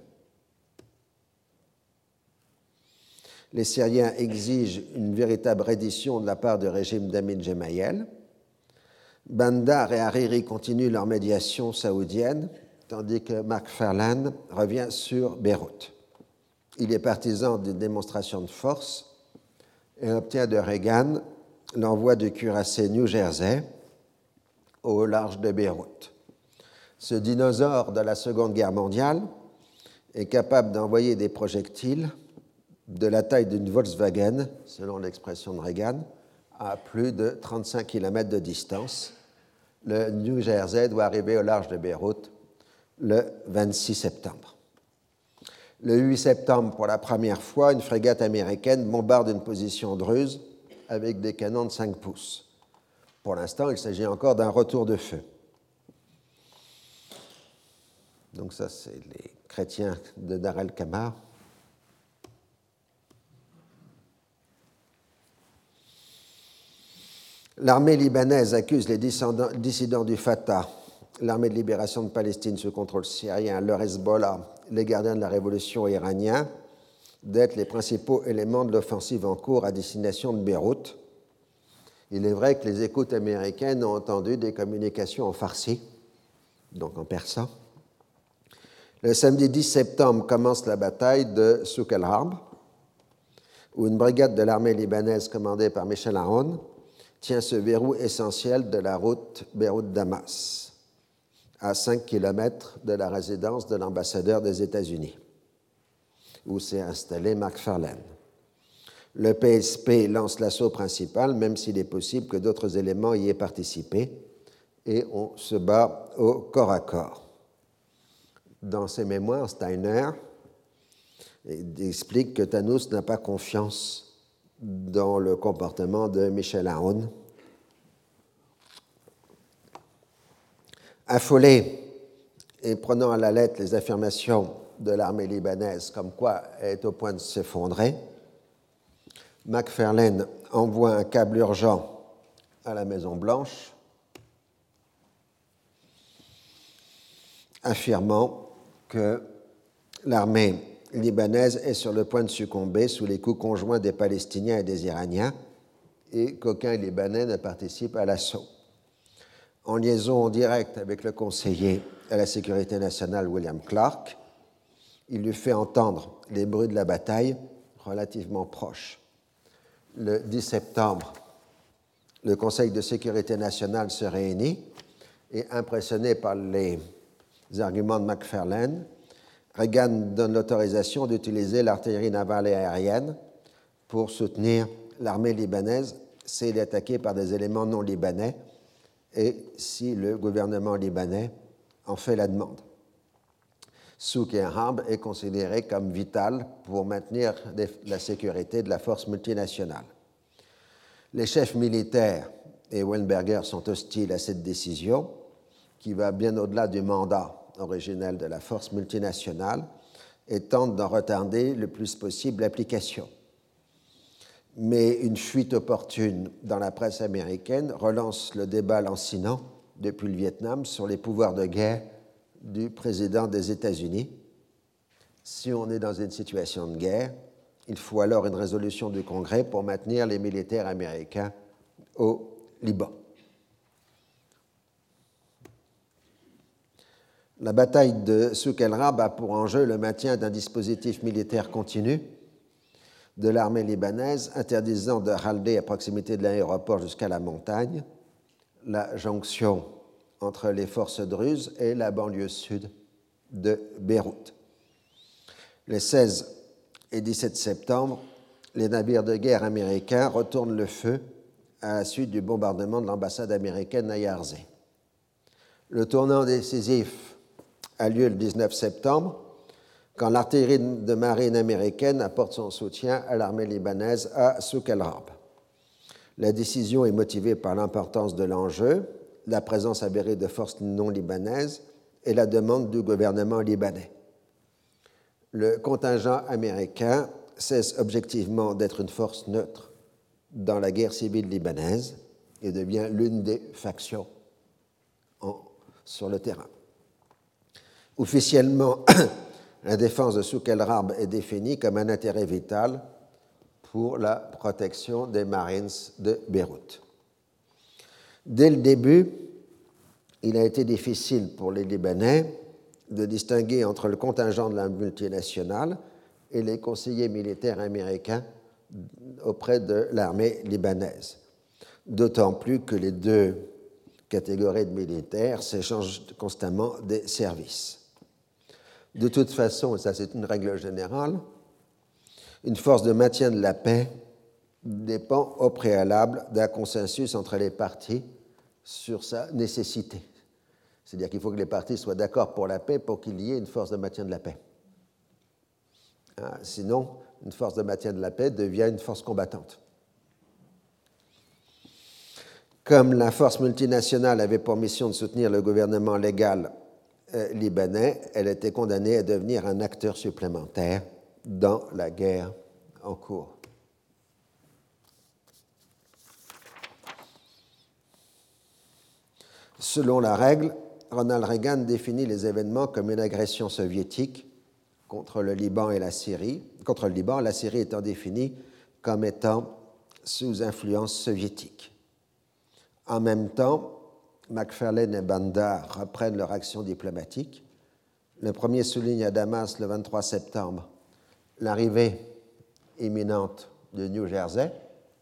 Les Syriens exigent une véritable reddition de la part du régime d'Amin Gemayel. Bandar et Hariri continuent leur médiation saoudienne, tandis que McFarlane revient sur Beyrouth. Il est partisan d'une démonstration de force et obtient de Reagan l'envoi du cuirassé New Jersey au large de Beyrouth. Ce dinosaure de la Seconde Guerre mondiale est capable d'envoyer des projectiles de la taille d'une Volkswagen, selon l'expression de Reagan, à plus de 35 km de distance. Le New Jersey doit arriver au large de Beyrouth le 26 septembre. Le 8 septembre, pour la première fois, une frégate américaine bombarde une position druze avec des canons de 5 pouces. Pour l'instant, il s'agit encore d'un retour de feu. Donc ça, c'est les chrétiens de Dar el-Kamar. L'armée libanaise accuse les dissidents du Fatah l'armée de libération de Palestine sous contrôle syrien, le Hezbollah, les gardiens de la révolution iraniens, d'être les principaux éléments de l'offensive en cours à destination de Beyrouth. Il est vrai que les écoutes américaines ont entendu des communications en farsi, donc en persan. Le samedi 10 septembre commence la bataille de Souk el-Harb, où une brigade de l'armée libanaise commandée par Michel Aoun tient ce verrou essentiel de la route Beyrouth-Damas, à 5 km de la résidence de l'ambassadeur des États-Unis, où s'est installé McFarlane. Le PSP lance l'assaut principal, même s'il est possible que d'autres éléments y aient participé, et on se bat au corps à corps. Dans ses mémoires, Steiner explique que Tannous n'a pas confiance dans le comportement de Michel Aoun. Affolé et prenant à la lettre les affirmations de l'armée libanaise comme quoi elle est au point de s'effondrer, McFarlane envoie un câble urgent à la Maison-Blanche affirmant que l'armée libanaise est sur le point de succomber sous les coups conjoints des Palestiniens et des Iraniens et qu'aucun Libanais ne participe à l'assaut. En liaison directe avec le conseiller à la sécurité nationale William Clark, il lui fait entendre les bruits de la bataille relativement proches. Le 10 septembre, le Conseil de sécurité nationale se réunit et, impressionné par les arguments de McFarlane, Reagan donne l'autorisation d'utiliser l'artillerie navale et aérienne pour soutenir l'armée libanaise si elle est attaquée par des éléments non libanais et si le gouvernement libanais en fait la demande. Souk el-Harb est considéré comme vital pour maintenir la sécurité de la force multinationale. Les chefs militaires et Weinberger sont hostiles à cette décision qui va bien au-delà du mandat originel de la force multinationale et tentent d'en retarder le plus possible l'application. Mais une fuite opportune dans la presse américaine relance le débat lancinant depuis le Vietnam sur les pouvoirs de guerre du président des États-Unis. Si on est dans une situation de guerre, il faut alors une résolution du Congrès pour maintenir les militaires américains au Liban. La bataille de Souk el-Harb a pour enjeu le maintien d'un dispositif militaire continu de l'armée libanaise interdisant de halder à proximité de l'aéroport jusqu'à la montagne, la jonction entre les forces druzes et la banlieue sud de Beyrouth. Les 16 et 17 septembre, les navires de guerre américains retournent le feu à la suite du bombardement de l'ambassade américaine à Yarzé. Le tournant décisif a lieu le 19 septembre, quand l'artillerie de marine américaine apporte son soutien à l'armée libanaise à Souk el-Harb. La décision est motivée par l'importance de l'enjeu, la présence avérée de forces non libanaises et la demande du gouvernement libanais. Le contingent américain cesse objectivement d'être une force neutre dans la guerre civile libanaise et devient l'une des factions sur le terrain. Officiellement, la défense de Souk el-Harb est définie comme un intérêt vital pour la protection des Marines de Beyrouth. Dès le début, il a été difficile pour les Libanais de distinguer entre le contingent de la multinationale et les conseillers militaires américains auprès de l'armée libanaise, d'autant plus que les deux catégories de militaires s'échangent constamment des services. De toute façon, et ça c'est une règle générale, une force de maintien de la paix dépend au préalable d'un consensus entre les parties sur sa nécessité. C'est-à-dire qu'il faut que les parties soient d'accord pour la paix pour qu'il y ait une force de maintien de la paix. Sinon, une force de maintien de la paix devient une force combattante. Comme la force multinationale avait pour mission de soutenir le gouvernement légal libanais, elle était condamnée à devenir un acteur supplémentaire dans la guerre en cours. Selon la règle, Ronald Reagan définit les événements comme une agression soviétique contre le Liban et la Syrie, la Syrie étant définie comme étant sous influence soviétique. En même temps, McFarlane et Bandar reprennent leur action diplomatique. Le premier souligne à Damas le 23 septembre l'arrivée imminente de New Jersey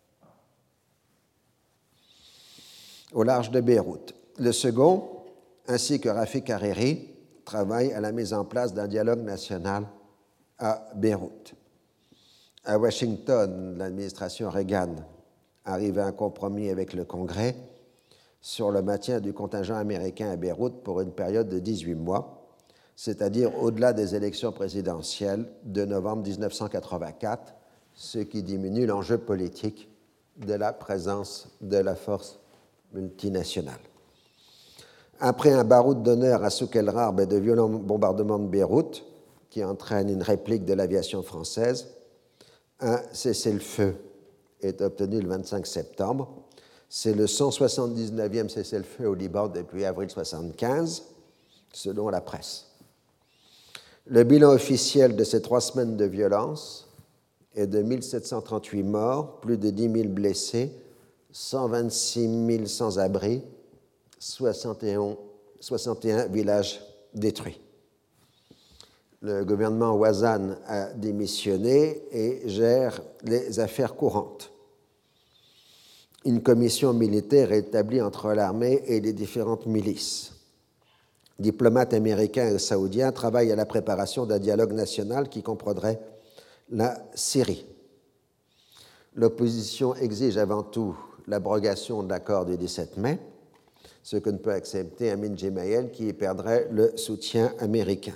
au large de Beyrouth. Le second, ainsi que Rafik Hariri, travaille à la mise en place d'un dialogue national à Beyrouth. À Washington, l'administration Reagan arrive à un compromis avec le Congrès sur le maintien du contingent américain à Beyrouth pour une période de 18 mois, c'est-à-dire au-delà des élections présidentielles de novembre 1984, ce qui diminue l'enjeu politique de la présence de la force multinationale. Après un baroud d'honneur à Souk el-Rarb et de violents bombardements de Beyrouth, qui entraînent une réplique de l'aviation française, un cessez-le-feu est obtenu le 25 septembre. C'est le 179e cessez-le-feu au Liban depuis avril 1975, selon la presse. Le bilan officiel de ces 3 semaines de violence est de 1738 morts, plus de 10 000 blessés, 126 000 sans-abri, 61 villages détruits. Le gouvernement Ouazzane a démissionné et gère les affaires courantes. Une commission militaire est établie entre l'armée et les différentes milices. Diplomates américains et saoudiens travaillent à la préparation d'un dialogue national qui comprendrait la Syrie. L'opposition exige avant tout l'abrogation de l'accord du 17 mai, ce que ne peut accepter Amin Gemayel qui y perdrait le soutien américain.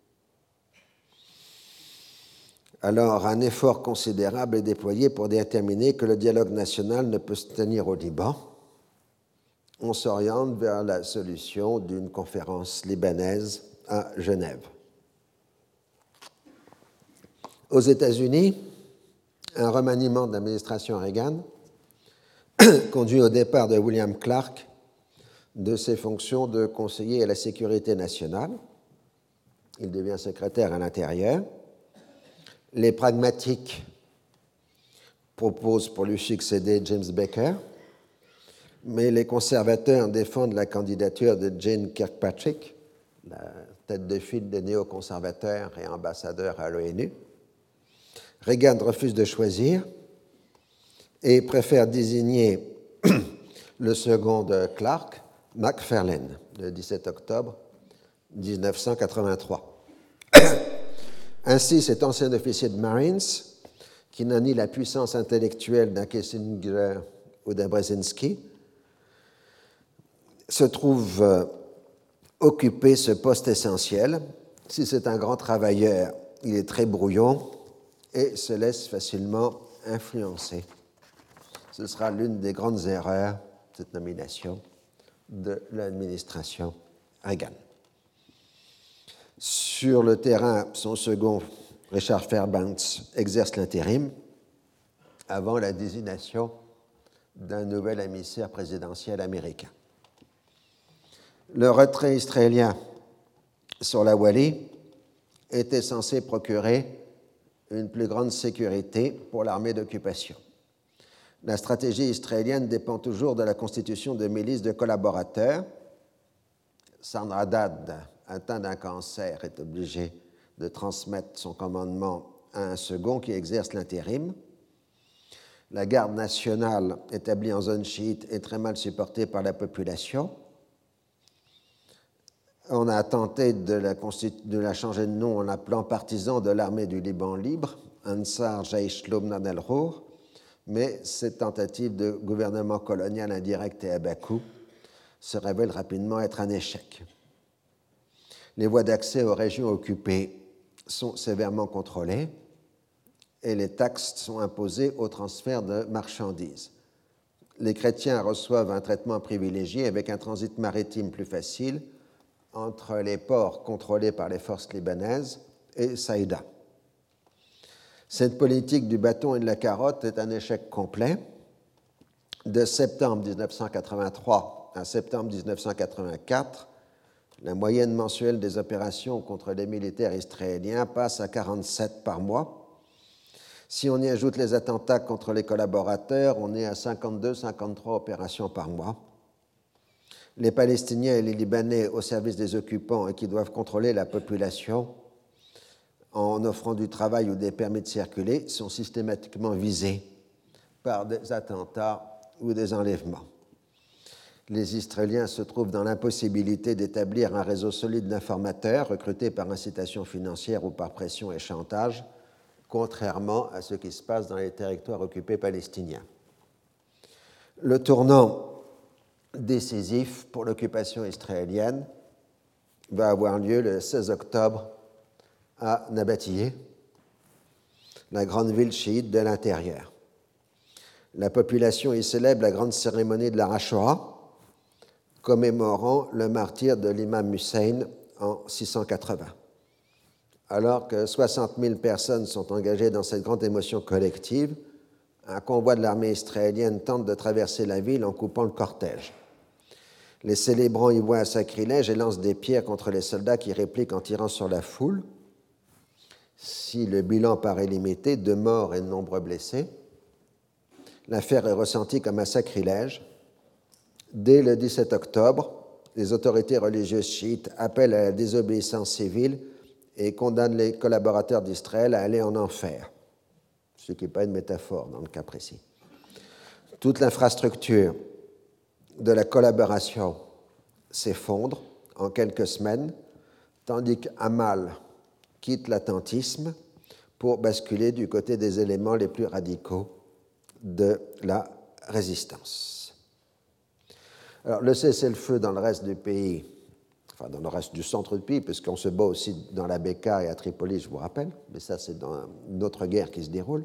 Alors, un effort considérable est déployé pour déterminer que le dialogue national ne peut se tenir au Liban. On s'oriente vers la solution d'une conférence libanaise à Genève. Aux États-Unis, un remaniement de l'administration Reagan conduit au départ de William Clark de ses fonctions de conseiller à la sécurité nationale. Il devient secrétaire à l'Intérieur. Les pragmatiques proposent pour lui succéder James Baker, mais les conservateurs défendent la candidature de Jane Kirkpatrick, la tête de file des néoconservateurs et ambassadeur à l'ONU. Reagan refuse de choisir et préfère désigner le second de Clark, McFarlane, le 17 octobre 1983. Ainsi, cet ancien officier de Marines, qui n'a ni la puissance intellectuelle d'un Kissinger ou d'un Brzezinski, se trouve occuper ce poste essentiel. Si c'est un grand travailleur, il est très brouillon et se laisse facilement influencer. Ce sera l'une des grandes erreurs, cette nomination, de l'administration Reagan. Sur le terrain, son second, Richard Fairbanks, exerce l'intérim avant la désignation d'un nouvel émissaire présidentiel américain. Le retrait israélien sur la Wally était censé procurer une plus grande sécurité pour l'armée d'occupation. La stratégie israélienne dépend toujours de la constitution de milices de collaborateurs. Sanradad, atteint d'un cancer, est obligé de transmettre son commandement à un second qui exerce l'intérim. La garde nationale, établie en zone chiite, est très mal supportée par la population. On a tenté de la changer de nom en l'appelant partisan de l'armée du Liban libre, Ansar Jaish Lobnan al-Rour, mais cette tentative de gouvernement colonial indirect et à bas coût se révèle rapidement être un échec. Les voies d'accès aux régions occupées sont sévèrement contrôlées et les taxes sont imposées au transfert de marchandises. Les chrétiens reçoivent un traitement privilégié avec un transit maritime plus facile entre les ports contrôlés par les forces libanaises et Saïda. Cette politique du bâton et de la carotte est un échec complet. De septembre 1983 à septembre 1984, La moyenne mensuelle des opérations contre les militaires israéliens passe à 47 par mois. Si on y ajoute les attentats contre les collaborateurs, on est à 52-53 opérations par mois. Les Palestiniens et les Libanais au service des occupants et qui doivent contrôler la population en offrant du travail ou des permis de circuler sont systématiquement visés par des attentats ou des enlèvements. Les Israéliens se trouvent dans l'impossibilité d'établir un réseau solide d'informateurs recrutés par incitation financière ou par pression et chantage, contrairement à ce qui se passe dans les territoires occupés palestiniens. Le tournant décisif pour l'occupation israélienne va avoir lieu le 16 octobre à Nabatiyeh, la grande ville chiite de l'intérieur. La population y célèbre la grande cérémonie de la Hashora, commémorant le martyre de l'imam Hussein en 680. Alors que 60 000 personnes sont engagées dans cette grande émotion collective, un convoi de l'armée israélienne tente de traverser la ville en coupant le cortège. Les célébrants y voient un sacrilège et lancent des pierres contre les soldats qui répliquent en tirant sur la foule. Si le bilan paraît limité, 2 morts et de nombreux blessés, l'affaire est ressentie comme un sacrilège. Dès le 17 octobre, les autorités religieuses chiites appellent à la désobéissance civile et condamnent les collaborateurs d'Israël à aller en enfer, ce qui n'est pas une métaphore dans le cas précis. Toute l'infrastructure de la collaboration s'effondre en quelques semaines, tandis qu'Amal quitte l'attentisme pour basculer du côté des éléments les plus radicaux de la résistance. Alors, le cessez-le-feu dans le reste du pays, enfin dans le reste du centre du pays, puisqu'on se bat aussi dans la Beka et à Tripoli, je vous rappelle, mais ça c'est dans une autre guerre qui se déroule,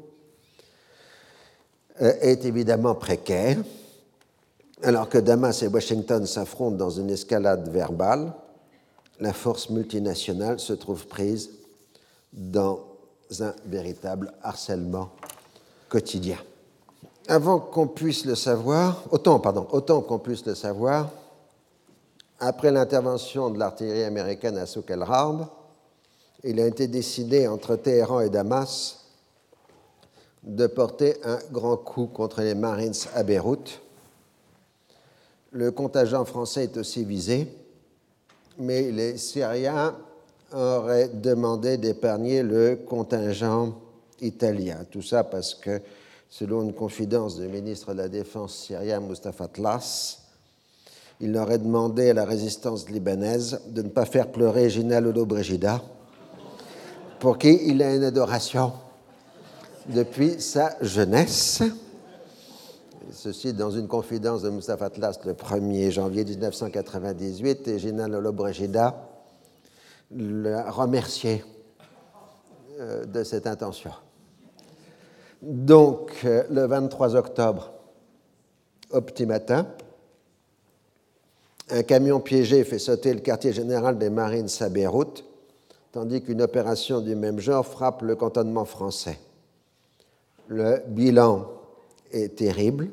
est évidemment précaire, alors que Damas et Washington s'affrontent dans une escalade verbale. La force multinationale se trouve prise dans un véritable harcèlement quotidien. Autant qu'on puisse le savoir, après l'intervention de l'artillerie américaine à Souk el-Harb, il a été décidé entre Téhéran et Damas de porter un grand coup contre les Marines à Beyrouth. Le contingent français est aussi visé, mais les Syriens auraient demandé d'épargner le contingent italien. Tout ça parce que, selon une confidence du ministre de la Défense syrien Mustafa Tlass, il aurait demandé à la résistance libanaise de ne pas faire pleurer Gina Lollobrigida, pour qui il a une adoration depuis sa jeunesse. Ceci dans une confidence de Mustafa Tlass le 1er janvier 1998, et Gina Lollobrigida l'a remercié de cette intention. Donc, le 23 octobre, au petit matin, un camion piégé fait sauter le quartier général des Marines à Beyrouth, tandis qu'une opération du même genre frappe le cantonnement français. Le bilan est terrible.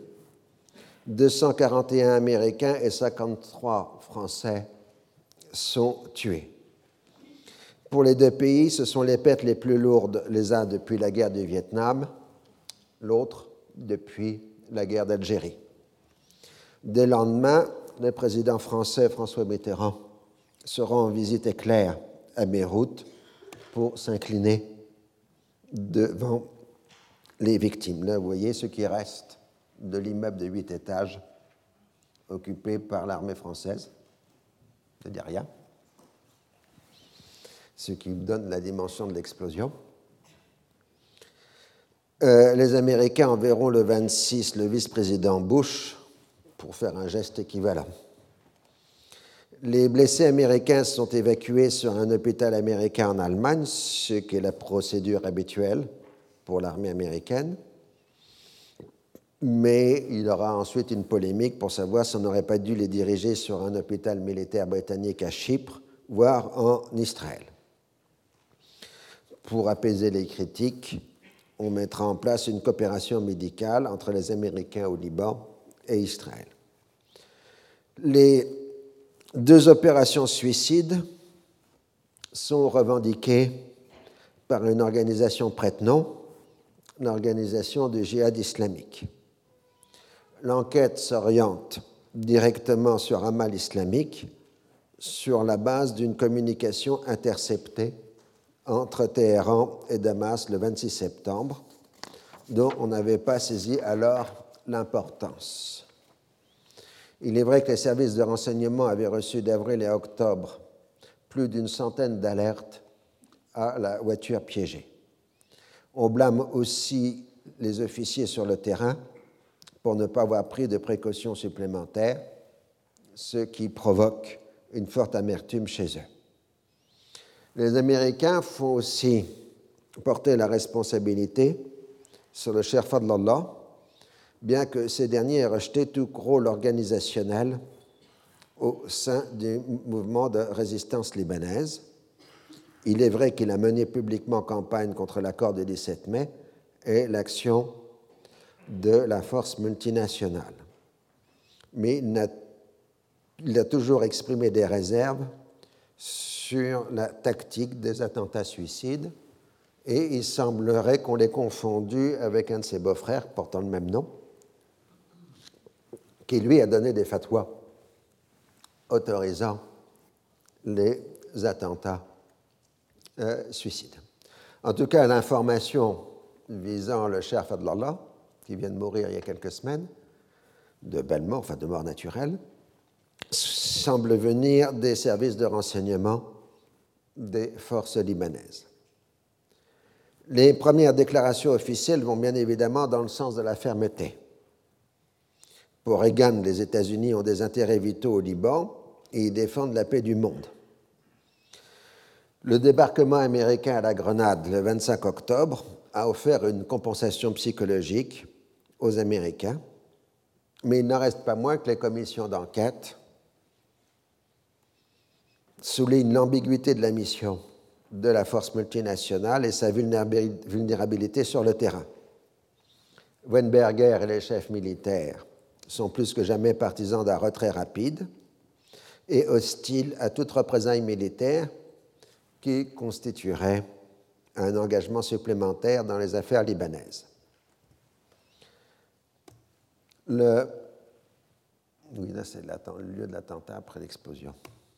241 Américains et 53 Français sont tués. Pour les 2 pays, ce sont les pertes les plus lourdes, les uns depuis la guerre du Vietnam, l'autre depuis la guerre d'Algérie. Dès le lendemain, le président français François Mitterrand se rend en visite éclair à Beyrouth pour s'incliner devant les victimes. Là, vous voyez ce qui reste de l'immeuble de 8 étages occupé par l'armée française. Je ne dis rien. Ce qui donne la dimension de l'explosion. Les Américains enverront le 26 le vice-président Bush pour faire un geste équivalent. Les blessés américains sont évacués sur un hôpital américain en Allemagne, ce qui est la procédure habituelle pour l'armée américaine. Mais il y aura ensuite une polémique pour savoir si on n'aurait pas dû les diriger sur un hôpital militaire britannique à Chypre, voire en Israël. Pour apaiser les critiques, on mettra en place une coopération médicale entre les Américains au Liban et Israël. Les 2 opérations suicides sont revendiquées par une organisation prête-nom, l'organisation du djihad islamique. L'enquête s'oriente directement sur Amal islamique sur la base d'une communication interceptée entre Téhéran et Damas le 26 septembre, dont on n'avait pas saisi alors l'importance. Il est vrai que les services de renseignement avaient reçu d'avril et octobre plus d'une centaine d'alertes à la voiture piégée. On blâme aussi les officiers sur le terrain pour ne pas avoir pris de précautions supplémentaires, ce qui provoque une forte amertume chez eux. Les Américains font aussi porter la responsabilité sur le Cheikh Fadlallah, bien que ces derniers aient rejeté tout rôle organisationnel au sein du mouvement de résistance libanaise. Il est vrai qu'il a mené publiquement campagne contre l'accord du 17 mai et l'action de la force multinationale. Mais il a toujours exprimé des réserves sur la tactique des attentats suicides et il semblerait qu'on l'ait confondu avec un de ses beaux-frères portant le même nom, qui lui a donné des fatwas autorisant les attentats suicides. En tout cas, l'information visant le Cheikh Fadlallah, qui vient de mourir il y a quelques semaines, de belle mort, enfin de mort naturelle, semble venir des services de renseignement des forces libanaises. Les premières déclarations officielles vont bien évidemment dans le sens de la fermeté. Pour Reagan, les États-Unis ont des intérêts vitaux au Liban et ils défendent la paix du monde. Le débarquement américain à la Grenade le 25 octobre a offert une compensation psychologique aux Américains, mais il n'en reste pas moins que les commissions d'enquête soulignent l'ambiguïté de la mission de la force multinationale et sa vulnérabilité sur le terrain. Weinberger et les chefs militaires sont plus que jamais partisans d'un retrait rapide et hostiles à toute représaille militaire qui constituerait un engagement supplémentaire dans les affaires libanaises. Oui, là, c'est le lieu de l'attentat après l'explosion.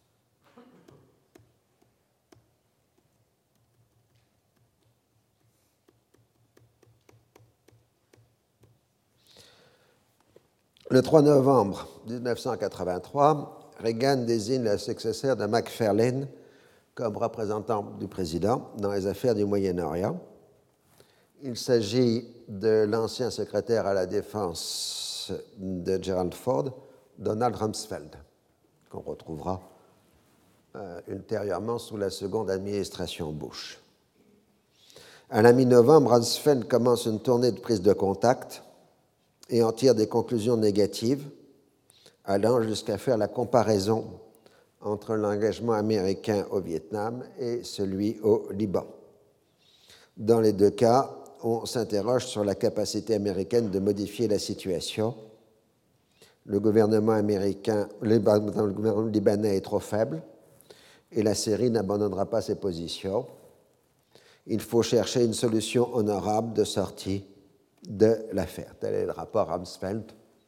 Le 3 novembre 1983, Reagan désigne le successeur de McFarlane comme représentant du président dans les affaires du Moyen-Orient. Il s'agit de l'ancien secrétaire à la défense de Gerald Ford, Donald Rumsfeld, qu'on retrouvera ultérieurement sous la seconde administration Bush. À la mi-novembre, Rumsfeld commence une tournée de prise de contact et en tire des conclusions négatives, allant jusqu'à faire la comparaison entre l'engagement américain au Vietnam et celui au Liban. Dans les deux cas, on s'interroge sur la capacité américaine de modifier la situation. Le gouvernement libanais est trop faible et la Syrie n'abandonnera pas ses positions. Il faut chercher une solution honorable de sortie de l'affaire. Tel est le rapport Rumsfeld.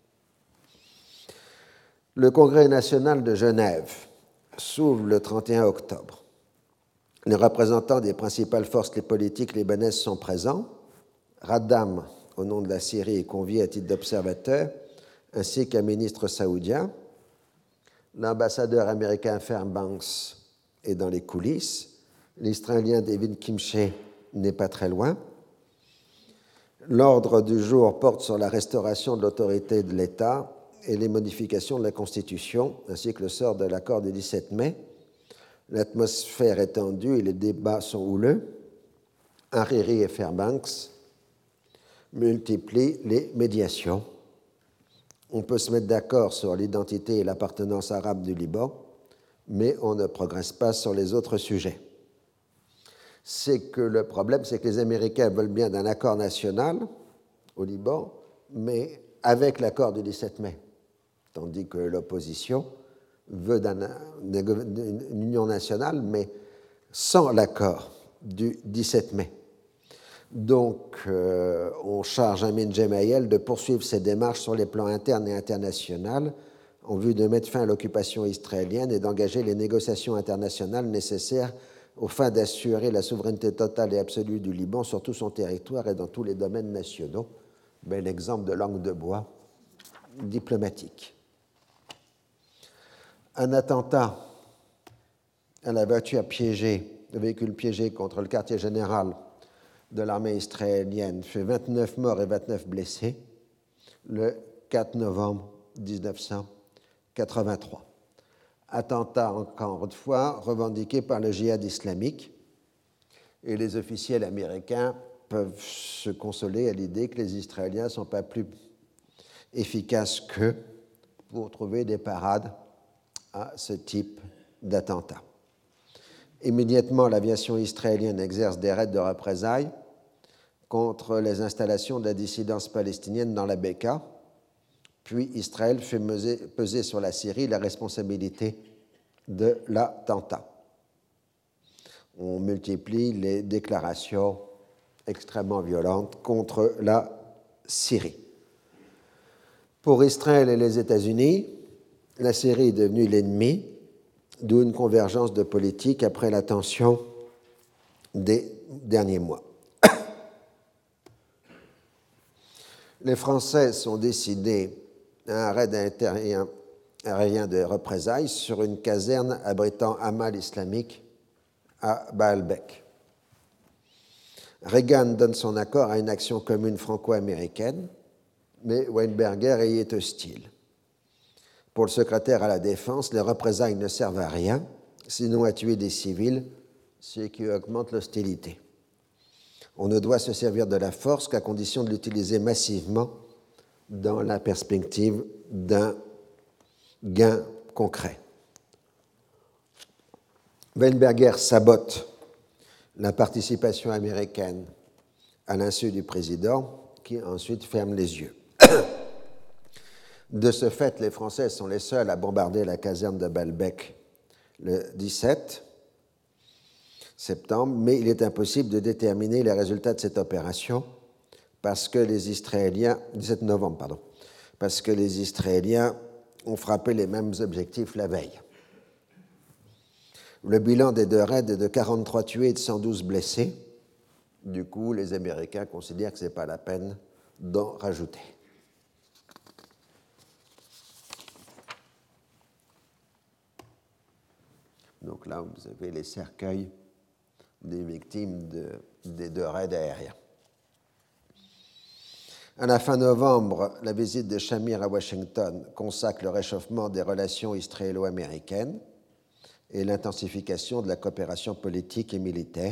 Le Congrès national de Genève s'ouvre le 31 octobre. Les représentants des principales forces politiques libanaises sont présents. Raddam, au nom de la Syrie, est convié à titre d'observateur, ainsi qu'un ministre saoudien. L'ambassadeur américain Fairbanks est dans les coulisses. L'Israélien David Kimche n'est pas très loin. L'ordre du jour porte sur la restauration de l'autorité de l'État et les modifications de la Constitution, ainsi que le sort de l'accord du 17 mai. L'atmosphère est tendue et les débats sont houleux. Hariri et Fairbanks multiplient les médiations. On peut se mettre d'accord sur l'identité et l'appartenance arabe du Liban, mais on ne progresse pas sur les autres sujets. C'est que le problème, c'est que les Américains veulent bien d'un accord national au Liban, mais avec l'accord du 17 mai, tandis que l'opposition veut d'une union nationale, mais sans l'accord du 17 mai. Donc, on charge Amin Gemayel de poursuivre ses démarches sur les plans internes et international en vue de mettre fin à l'occupation israélienne et d'engager les négociations internationales nécessaires aux fins d'assurer la souveraineté totale et absolue du Liban sur tout son territoire et dans tous les domaines nationaux. Bel exemple de langue de bois diplomatique. Un attentat à la voiture piégée, le véhicule piégé contre le quartier général de l'armée israélienne fait 29 morts et 29 blessés le 4 novembre 1983. Attentat, encore une fois, revendiqué par le djihad islamique, et les officiels américains peuvent se consoler à l'idée que les Israéliens ne sont pas plus efficaces qu'eux pour trouver des parades à ce type d'attentat. Immédiatement, l'aviation israélienne exerce des raids de représailles contre les installations de la dissidence palestinienne dans la Bekaa, puis Israël fait peser sur la Syrie la responsabilité de l'attentat. On multiplie les déclarations extrêmement violentes contre la Syrie. Pour Israël et les États-Unis, la Syrie est devenue l'ennemi, d'où une convergence de politique après la tension des derniers mois. Les Français sont décidés à un raid aérien de représailles sur une caserne abritant Amal islamique à Baalbek. Reagan donne son accord à une action commune franco-américaine, mais Weinberger y est hostile. Pour le secrétaire à la Défense, les représailles ne servent à rien, sinon à tuer des civils, ce qui augmente l'hostilité. On ne doit se servir de la force qu'à condition de l'utiliser massivement dans la perspective d'un gain concret. Weinberger sabote la participation américaine à l'insu du président, qui ensuite ferme les yeux. De ce fait, les Français sont les seuls à bombarder la caserne de Baalbek le 17 septembre, mais il est impossible de déterminer les résultats de cette opération parce que les Israéliens, 17 novembre, pardon, parce que les Israéliens ont frappé les mêmes objectifs la veille. Le bilan des deux raids est de 43 tués et de 112 blessés. Du coup, les Américains considèrent que ce n'est pas la peine d'en rajouter. Donc là, vous avez les cercueils des victimes des deux raids aériens. À la fin novembre, la visite de Shamir à Washington consacre le réchauffement des relations israélo-américaines et l'intensification de la coopération politique et militaire.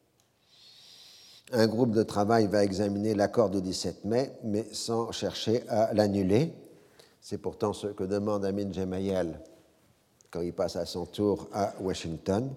Un groupe de travail va examiner l'accord du 17 mai, mais sans chercher à l'annuler. C'est pourtant ce que demande Amin Gemayel quand il passe à son tour à Washington,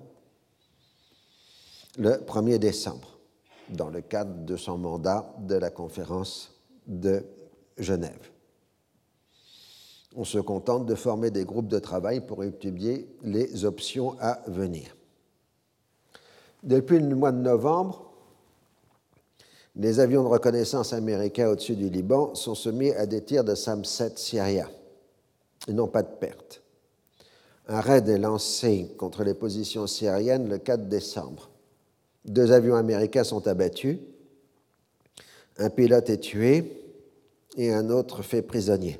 le 1er décembre, dans le cadre de son mandat de la conférence de Genève. On se contente de former des groupes de travail pour étudier les options à venir. Depuis le mois de novembre, les avions de reconnaissance américains au-dessus du Liban sont soumis à des tirs de SAM-7 syriens. Ils n'ont pas de perte. Un raid est lancé contre les positions syriennes le 4 décembre. 2 avions américains sont abattus, un pilote est tué et un autre fait prisonnier.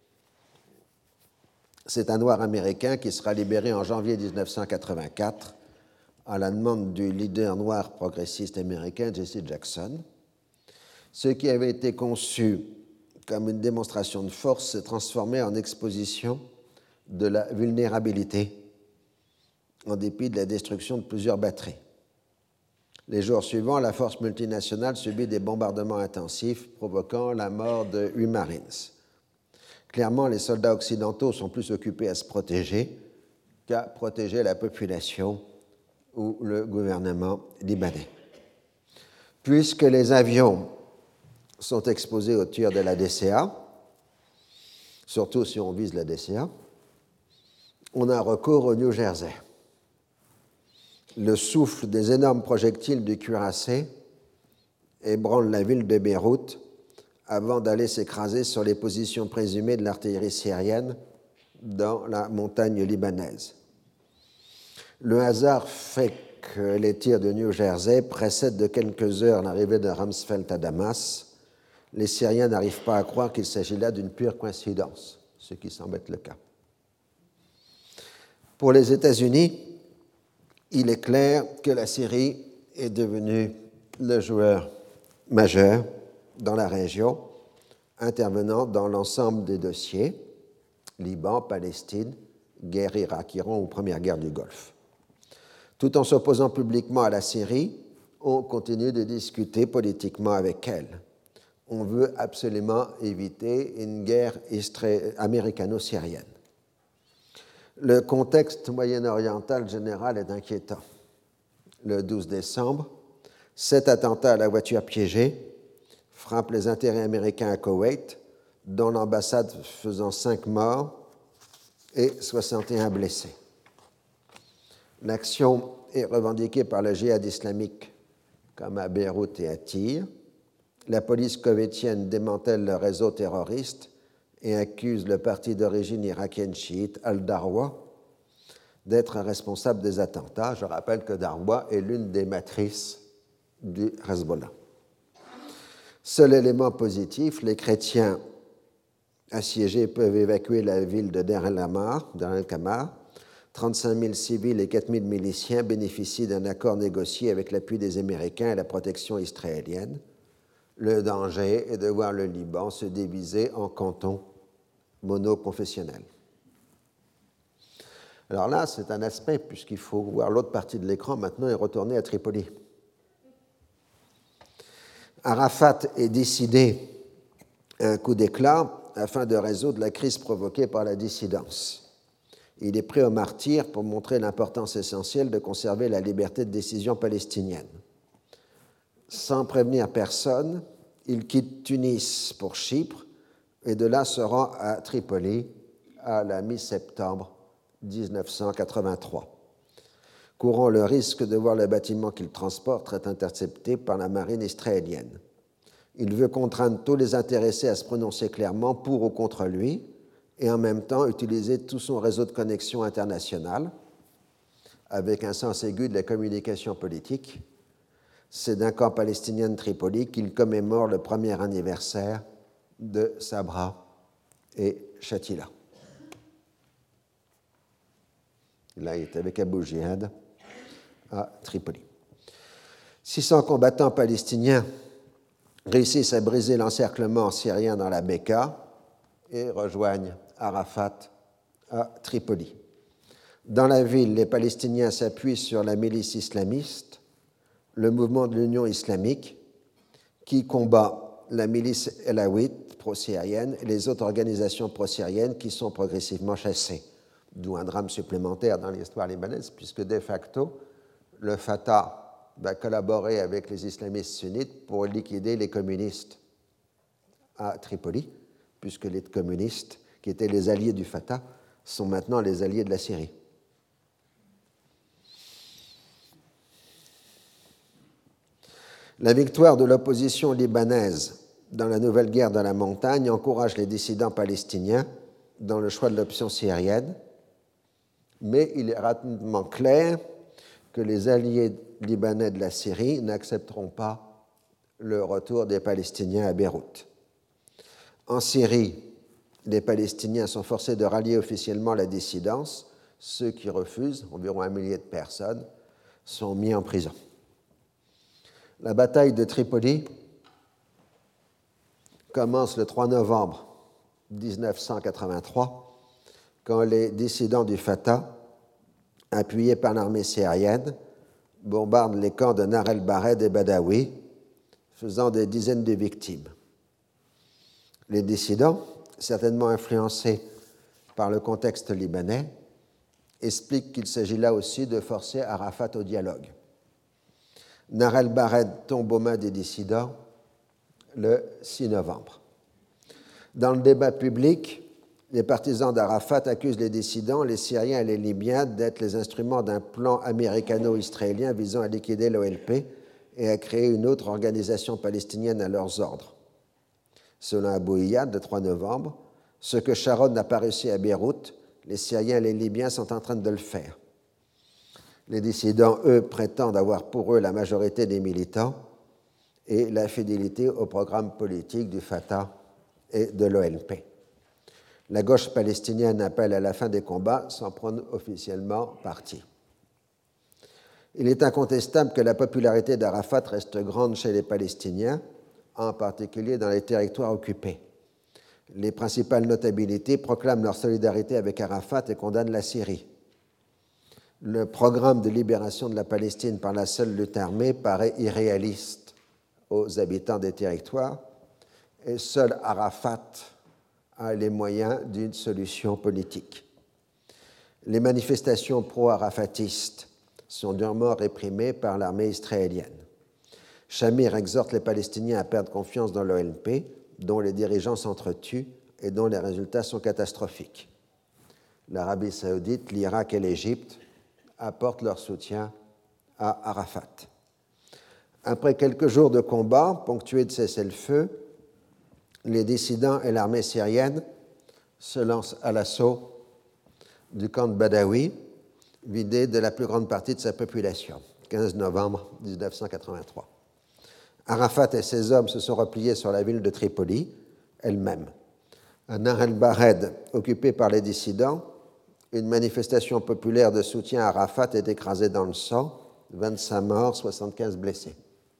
C'est un Noir américain qui sera libéré en janvier 1984 à la demande du leader noir progressiste américain Jesse Jackson. Ce qui avait été conçu comme une démonstration de force s'est transformé en exposition de la vulnérabilité en dépit de la destruction de plusieurs batteries. Les jours suivants, la force multinationale subit des bombardements intensifs provoquant la mort de 8 Marines. Clairement, les soldats occidentaux sont plus occupés à se protéger qu'à protéger la population ou le gouvernement libanais. Puisque les avions sont exposés aux tirs de la DCA, surtout si on vise la DCA, on a recours au New Jersey. Le souffle des énormes projectiles du cuirassé ébranle la ville de Beyrouth avant d'aller s'écraser sur les positions présumées de l'artillerie syrienne dans la montagne libanaise. Le hasard fait que les tirs de New Jersey précèdent de quelques heures l'arrivée de Rumsfeld à Damas. Les Syriens n'arrivent pas à croire qu'il s'agit là d'une pure coïncidence, ce qui semble être le cas. Pour les États-Unis, il est clair que la Syrie est devenue le joueur majeur dans la région, intervenant dans l'ensemble des dossiers, Liban, Palestine, guerre Irak-Iran ou première guerre du Golfe. Tout en s'opposant publiquement à la Syrie, on continue de discuter politiquement avec elle. On veut absolument éviter une guerre américano-syrienne. Le contexte moyen-oriental général est inquiétant. Le 12 décembre, 7 attentats à la voiture piégée frappent les intérêts américains à Koweït, dont l'ambassade faisant 5 morts et 61 blessés. L'action est revendiquée par le djihad islamique, comme à Beyrouth et à Tyr. La police koweïtienne démantèle le réseau terroriste et accuse le parti d'origine irakienne chiite Al-Darwa d'être responsable des attentats. Je rappelle que Darwa est l'une des matrices du Hezbollah. Seul élément positif, les chrétiens assiégés peuvent évacuer la ville de Deir el-Kamar. 35 000 civils et 4 000 miliciens bénéficient d'un accord négocié avec l'appui des Américains et la protection israélienne. Le danger est de voir le Liban se diviser en cantons monoconfessionnels. Alors là, c'est un aspect, puisqu'il faut voir l'autre partie de l'écran maintenant et retourner à Tripoli. Arafat est décidé un coup d'éclat afin de résoudre la crise provoquée par la dissidence. Il est prêt au martyre pour montrer l'importance essentielle de conserver la liberté de décision palestinienne. Sans prévenir personne, il quitte Tunis pour Chypre et de là se rend à Tripoli à la mi-septembre 1983, courant le risque de voir le bâtiment qu'il transporte être intercepté par la marine israélienne. Il veut contraindre tous les intéressés à se prononcer clairement pour ou contre lui et en même temps utiliser tout son réseau de connexions internationales avec un sens aigu de la communication politique. C'est d'un camp palestinien de Tripoli qu'il commémore le premier anniversaire de Sabra et Shatila. Là, il est avec Abu Jihad à Tripoli. 600 combattants palestiniens réussissent à briser l'encerclement syrien dans la Mecca et rejoignent Arafat à Tripoli. Dans la ville, les Palestiniens s'appuient sur la milice islamiste, le mouvement de l'Union islamique, qui combat la milice elawite pro-syrienne et les autres organisations pro-syriennes qui sont progressivement chassées. D'où un drame supplémentaire dans l'histoire libanaise, puisque de facto, le Fatah va collaborer avec les islamistes sunnites pour liquider les communistes à Tripoli, puisque les communistes, qui étaient les alliés du Fatah, sont maintenant les alliés de la Syrie. La victoire de l'opposition libanaise dans la nouvelle guerre de la montagne encourage les dissidents palestiniens dans le choix de l'option syrienne, mais il est rapidement clair que les alliés libanais de la Syrie n'accepteront pas le retour des Palestiniens à Beyrouth. En Syrie, les Palestiniens sont forcés de rallier officiellement la dissidence. Ceux qui refusent, environ 1 millier de personnes, sont mis en prison. La bataille de Tripoli commence le 3 novembre 1983, quand les dissidents du Fatah, appuyés par l'armée syrienne, bombardent les camps de Nar el-Bared et Badawi, faisant des dizaines de victimes. Les dissidents, certainement influencés par le contexte libanais, expliquent qu'il s'agit là aussi de forcer Arafat au dialogue. Nar el-Bared tombe aux mains des dissidents le 6 novembre. Dans le débat public, Les partisans d'Arafat accusent les dissidents, les Syriens et les Libyens, d'être les instruments d'un plan américano-israélien visant à liquider l'OLP et à créer une autre organisation palestinienne à leurs ordres. Selon Abou Iyad, le 3 novembre, ce que Sharon n'a pas réussi à Beyrouth, les Syriens et les Libyens sont en train de le faire. Les dissidents, eux, prétendent avoir pour eux la majorité des militants et la fidélité au programme politique du Fatah et de l'OLP. La gauche palestinienne appelle à la fin des combats sans prendre officiellement parti. Il est incontestable que la popularité d'Arafat reste grande chez les Palestiniens, en particulier dans les territoires occupés. Les principales notabilités proclament leur solidarité avec Arafat et condamnent la Syrie. Le programme de libération de la Palestine par la seule lutte armée paraît irréaliste aux habitants des territoires et seul Arafat a les moyens d'une solution politique. Les manifestations pro-arafatistes sont durement réprimées par l'armée israélienne. Shamir exhorte les Palestiniens à perdre confiance dans l'OLP, dont les dirigeants s'entretuent et dont les résultats sont catastrophiques. L'Arabie saoudite, l'Irak et l'Égypte apportent leur soutien à Arafat. Après quelques jours de combats ponctués de cessez-le-feu, les dissidents et l'armée syrienne se lancent à l'assaut du camp de Badawi, vidé de la plus grande partie de sa population, 15 novembre 1983. Arafat et ses hommes se sont repliés sur la ville de Tripoli elle-même. À Nar el-Bared, occupé par les dissidents, une manifestation populaire de soutien à Arafat est écrasée dans le sang, 25 morts, 75 blessés.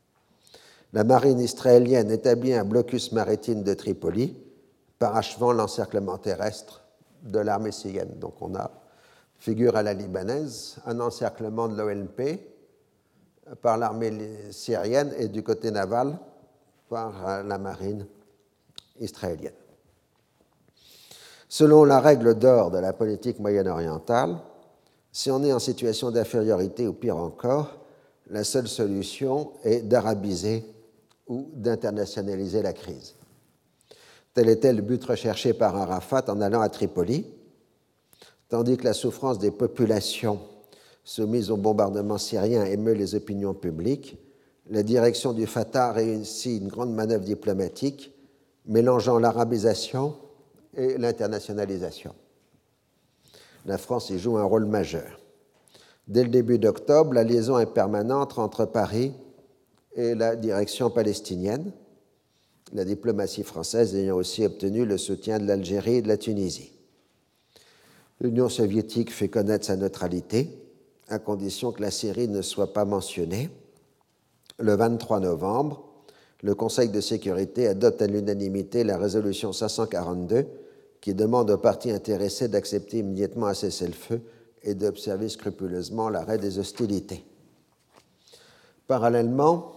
La marine israélienne établit un blocus maritime de Tripoli, parachevant l'encerclement terrestre de l'armée syrienne. Donc on a, figure à la libanaise, un encerclement de l'OLP par l'armée syrienne et du côté naval par la marine israélienne. Selon la règle d'or de la politique moyen-orientale, si on est en situation d'infériorité ou pire encore, la seule solution est d'arabiser ou d'internationaliser la crise. Tel était le but recherché par Arafat en allant à Tripoli, tandis que la souffrance des populations soumises au bombardement syrien émeut les opinions publiques. La direction du Fatah réussit une grande manœuvre diplomatique mélangeant l'arabisation et l'internationalisation. La France y joue un rôle majeur. Dès le début d'octobre, la liaison est permanente entre Paris et la direction palestinienne, la diplomatie française ayant aussi obtenu le soutien de l'Algérie et de la Tunisie. L'Union soviétique fait connaître sa neutralité, à condition que la Syrie ne soit pas mentionnée. Le 23 novembre, le Conseil de sécurité adopte à l'unanimité la résolution 542 qui demande aux parties intéressées d'accepter immédiatement un cessez-le-feu et d'observer scrupuleusement l'arrêt des hostilités. Parallèlement,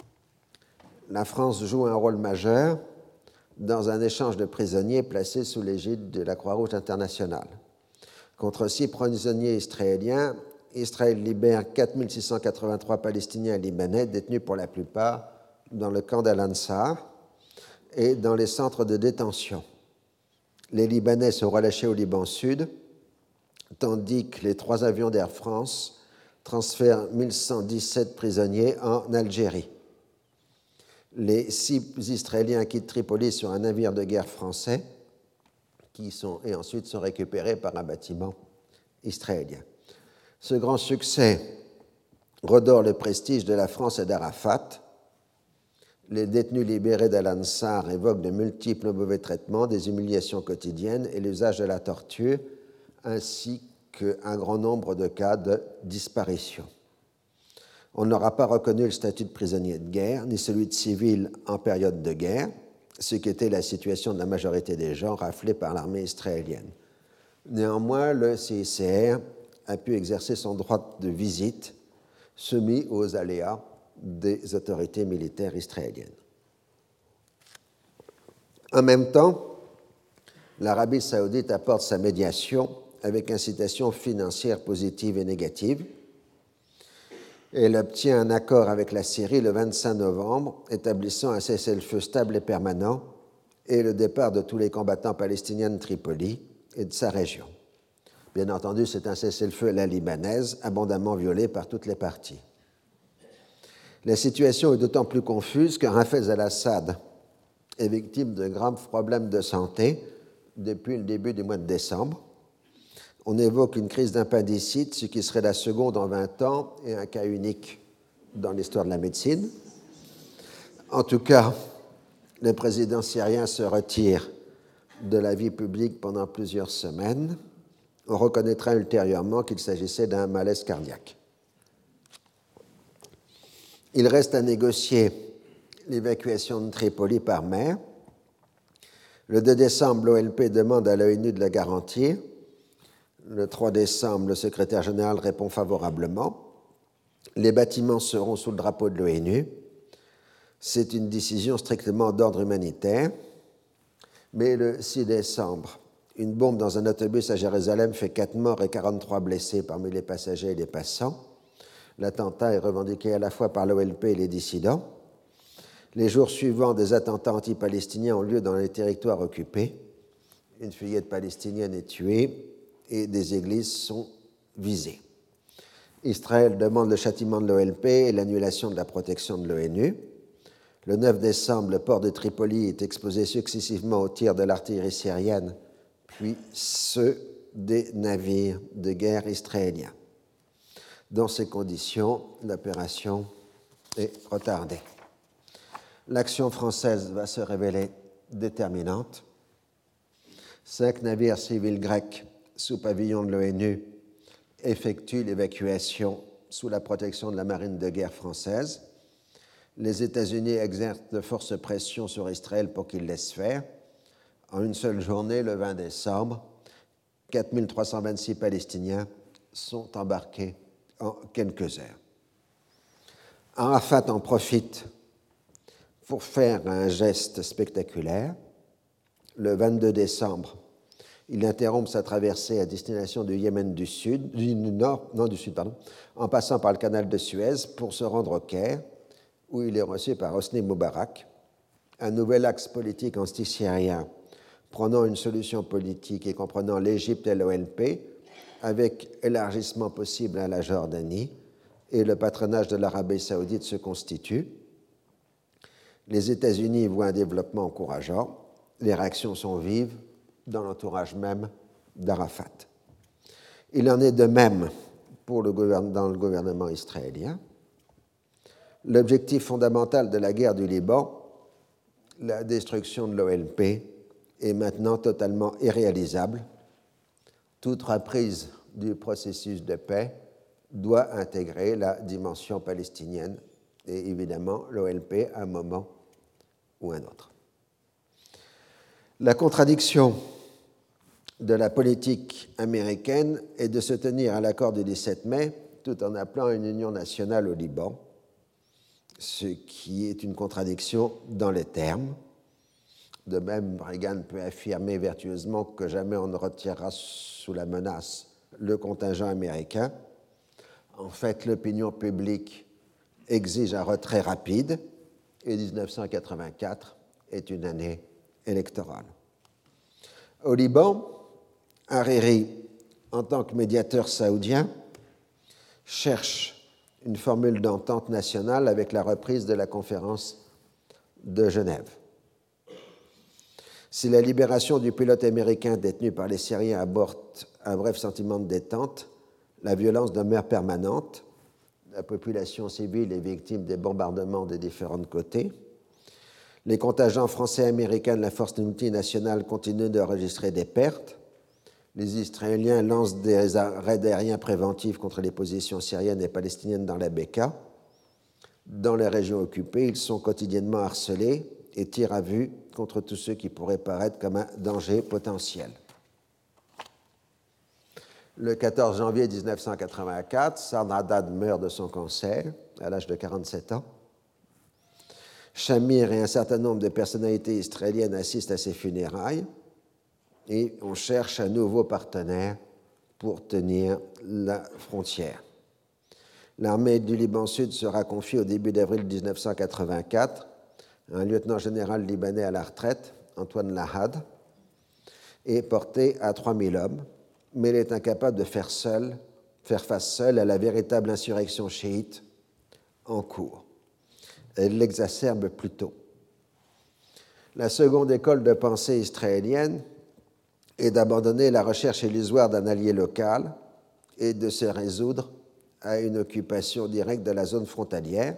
la France joue un rôle majeur dans un échange de prisonniers placés sous l'égide de la Croix-Rouge internationale. Contre 6 prisonniers israéliens, Israël libère 4 683 Palestiniens et Libanais détenus pour la plupart dans le camp d'Al-Ansar et dans les centres de détention. Les Libanais sont relâchés au Liban Sud, tandis que les 3 avions d'Air France transfèrent 1117 prisonniers en Algérie. Les 6 Israéliens quittent Tripoli sur un navire de guerre français et ensuite sont récupérés par un bâtiment israélien. Ce grand succès redore le prestige de la France et d'Arafat. Les détenus libérés d'Al-Ansar évoquent de multiples mauvais traitements, des humiliations quotidiennes et l'usage de la torture, ainsi qu'un grand nombre de cas de disparition. On n'aura pas reconnu le statut de prisonnier de guerre, ni celui de civil en période de guerre, ce qui était la situation de la majorité des gens raflés par l'armée israélienne. Néanmoins, le CICR a pu exercer son droit de visite, soumis aux aléas des autorités militaires israéliennes. En même temps, l'Arabie saoudite apporte sa médiation avec incitation financière positive et négative. Elle obtient un accord avec la Syrie le 25 novembre, établissant un cessez-le-feu stable et permanent et le départ de tous les combattants palestiniens de Tripoli et de sa région. Bien entendu, c'est un cessez-le-feu à la libanaise, abondamment violé par toutes les parties. La situation est d'autant plus confuse que Hafez al-Assad est victime de graves problèmes de santé depuis le début du mois de décembre. On évoque une crise d'appendicite, ce qui serait la seconde en 20 ans et un cas unique dans l'histoire de la médecine. En tout cas, le président syrien se retire de la vie publique pendant plusieurs semaines. On reconnaîtra ultérieurement qu'il s'agissait d'un malaise cardiaque. Il reste à négocier l'évacuation de Tripoli par mer. Le 2 décembre, l'OLP demande à l'ONU de la garantir. Le 3 décembre, le secrétaire général répond favorablement. Les bâtiments seront sous le drapeau de l'ONU. C'est une décision strictement d'ordre humanitaire. Mais le 6 décembre, une bombe dans un autobus à Jérusalem fait 4 morts et 43 blessés parmi les passagers et les passants. L'attentat est revendiqué à la fois par l'OLP et les dissidents. Les jours suivants, des attentats anti-palestiniens ont lieu dans les territoires occupés. Une fillette palestinienne est tuée et des églises sont visées. Israël demande le châtiment de l'OLP et l'annulation de la protection de l'ONU. Le 9 décembre, le port de Tripoli est exposé successivement aux tirs de l'artillerie syrienne, puis ceux des navires de guerre israéliens. Dans ces conditions, l'opération est retardée. L'action française va se révéler déterminante. 5 navires civils grecs sous pavillon de l'ONU effectuent l'évacuation sous la protection de la marine de guerre française. Les États-Unis exercent de fortes pressions sur Israël pour qu'il laisse faire. En une seule journée, le 20 décembre, 4326 Palestiniens sont embarqués en quelques heures. Arafat en profite pour faire un geste spectaculaire. Le 22 décembre, il interrompt sa traversée à destination du Yémen du Sud, en passant par le canal de Suez pour se rendre au Caire, où il est reçu par Hosni Moubarak. Un nouvel axe politique anti-syrien prenant une solution politique et comprenant l'Égypte et l'OLP, avec élargissement possible à la Jordanie, et le patronage de l'Arabie saoudite se constitue. Les États-Unis voient un développement encourageant. Les réactions sont vives dans l'entourage même d'Arafat. Il en est de même dans le gouvernement israélien. L'objectif fondamental de la guerre du Liban, la destruction de l'OLP, est maintenant totalement irréalisable. Toute reprise du processus de paix doit intégrer la dimension palestinienne et évidemment l'OLP à un moment ou un autre. La contradiction de la politique américaine est de se tenir à l'accord du 17 mai tout en appelant à une union nationale au Liban, ce qui est une contradiction dans les termes. De même, Reagan peut affirmer vertueusement que jamais on ne retirera sous la menace le contingent américain. En fait, l'opinion publique exige un retrait rapide et 1984 est une année électorale. Au Liban, Hariri, en tant que médiateur saoudien, cherche une formule d'entente nationale avec la reprise de la conférence de Genève. Si la libération du pilote américain détenu par les Syriens apporte un bref sentiment de détente, la violence demeure permanente. La population civile est victime des bombardements des différents côtés. Les contingents français et américains de la force multinationale continuent d'enregistrer des pertes. Les Israéliens lancent des raids aériens préventifs contre les positions syriennes et palestiniennes dans la Bekaa. Dans les régions occupées, ils sont quotidiennement harcelés et tirent à vue contre tous ceux qui pourraient paraître comme un danger potentiel. Le 14 janvier 1984, Saad Haddad meurt de son cancer à l'âge de 47 ans. Shamir et un certain nombre de personnalités israéliennes assistent à ses funérailles et on cherche un nouveau partenaire pour tenir la frontière. L'armée du Liban Sud sera confiée au début d'avril 1984 à un lieutenant-général libanais à la retraite, Antoine Lahad, est portée à 3000 hommes, mais elle est incapable de faire face seule à la véritable insurrection chiite en cours. Elle l'exacerbe plutôt. La seconde école de pensée israélienne est d'abandonner la recherche illusoire d'un allié local et de se résoudre à une occupation directe de la zone frontalière.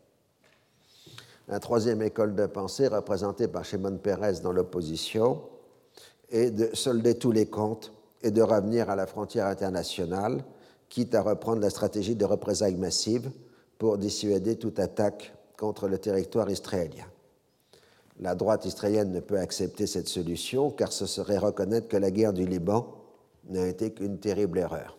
La troisième école de pensée, représentée par Shimon Peres dans l'opposition, est de solder tous les comptes et de revenir à la frontière internationale, quitte à reprendre la stratégie de représailles massives pour dissuader toute attaque contre le territoire israélien. La droite israélienne ne peut accepter cette solution car ce serait reconnaître que la guerre du Liban n'a été qu'une terrible erreur.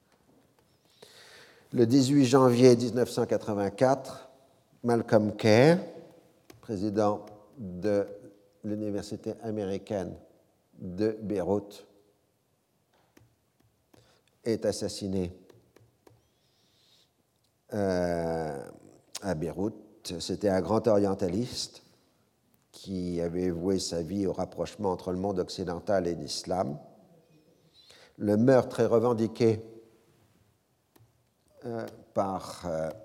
Le 18 janvier 1984, Malcolm Kerr, président de l'université américaine de Beyrouth, est assassiné à Beyrouth. C'était un grand orientaliste qui avait voué sa vie au rapprochement entre le monde occidental et l'islam. Le meurtre est revendiqué par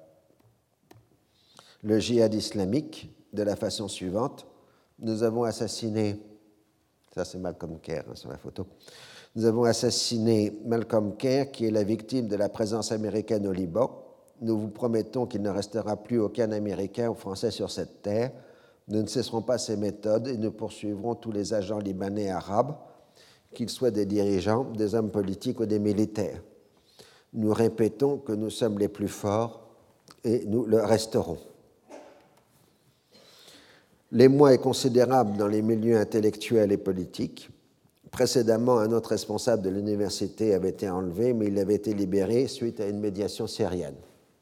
le djihad islamique de la façon suivante. Nous avons assassiné, ça c'est Malcolm Kerr sur la photo, nous avons assassiné Malcolm Kerr qui est la victime de la présence américaine au Liban. Nous vous promettons qu'il ne restera plus aucun Américain ou Français sur cette terre. Nous ne cesserons pas ces méthodes et nous poursuivrons tous les agents libanais arabes, qu'ils soient des dirigeants, des hommes politiques ou des militaires. Nous répétons que nous sommes les plus forts et nous le resterons. L'émoi est considérable dans les milieux intellectuels et politiques. Précédemment, un autre responsable de l'université avait été enlevé, mais il avait été libéré suite à une médiation syrienne.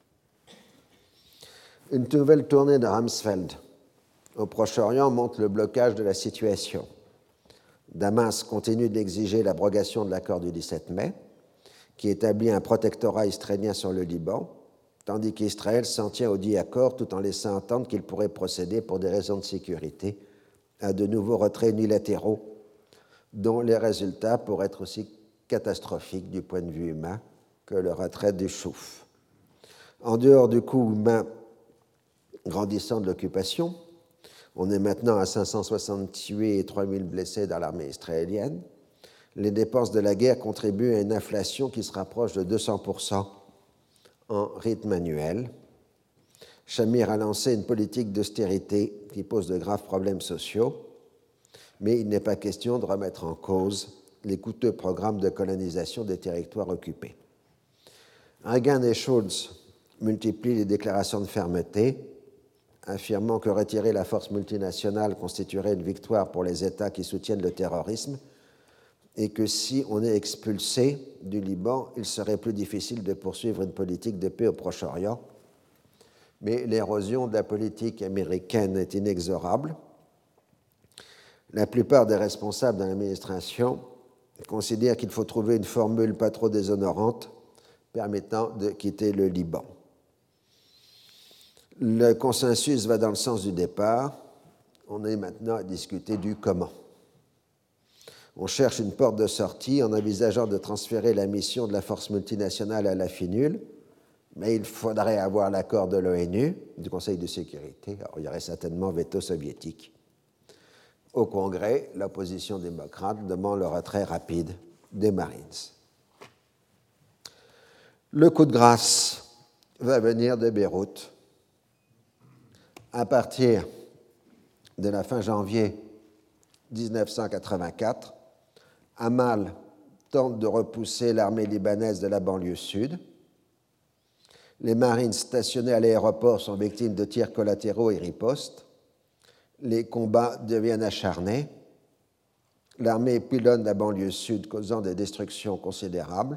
Une nouvelle tournée de Rumsfeld au Proche-Orient montre le blocage de la situation. Damas continue d'exiger l'abrogation de l'accord du 17 mai, qui établit un protectorat israélien sur le Liban, tandis qu'Israël s'en tient au dit accord tout en laissant entendre qu'il pourrait procéder pour des raisons de sécurité à de nouveaux retraits unilatéraux, dont les résultats pourraient être aussi catastrophiques du point de vue humain que le retrait du Chouf. En dehors du coût humain grandissant de l'occupation, on est maintenant à 560 tués et 3000 blessés dans l'armée israélienne. Les dépenses de la guerre contribuent à une inflation qui se rapproche de 200% en rythme annuel. Shamir a lancé une politique d'austérité qui pose de graves problèmes sociaux, mais il n'est pas question de remettre en cause les coûteux programmes de colonisation des territoires occupés. Reagan et Schultz multiplient les déclarations de fermeté, affirmant que retirer la force multinationale constituerait une victoire pour les États qui soutiennent le terrorisme et que si on est expulsé du Liban, il serait plus difficile de poursuivre une politique de paix au Proche-Orient. Mais l'érosion de la politique américaine est inexorable. La plupart des responsables de l'administration considèrent qu'il faut trouver une formule pas trop déshonorante permettant de quitter le Liban. Le consensus va dans le sens du départ. On est maintenant à discuter du comment. On cherche une porte de sortie en envisageant de transférer la mission de la force multinationale à la FINUL, mais il faudrait avoir l'accord de l'ONU, du Conseil de sécurité. Alors, il y aurait certainement veto soviétique. Au Congrès, l'opposition démocrate demande le retrait rapide des Marines. Le coup de grâce va venir de Beyrouth. À partir de la fin janvier 1984, Amal tente de repousser l'armée libanaise de la banlieue sud. Les Marines stationnées à l'aéroport sont victimes de tirs collatéraux et ripostes. Les combats deviennent acharnés. L'armée pilonne la banlieue sud, causant des destructions considérables.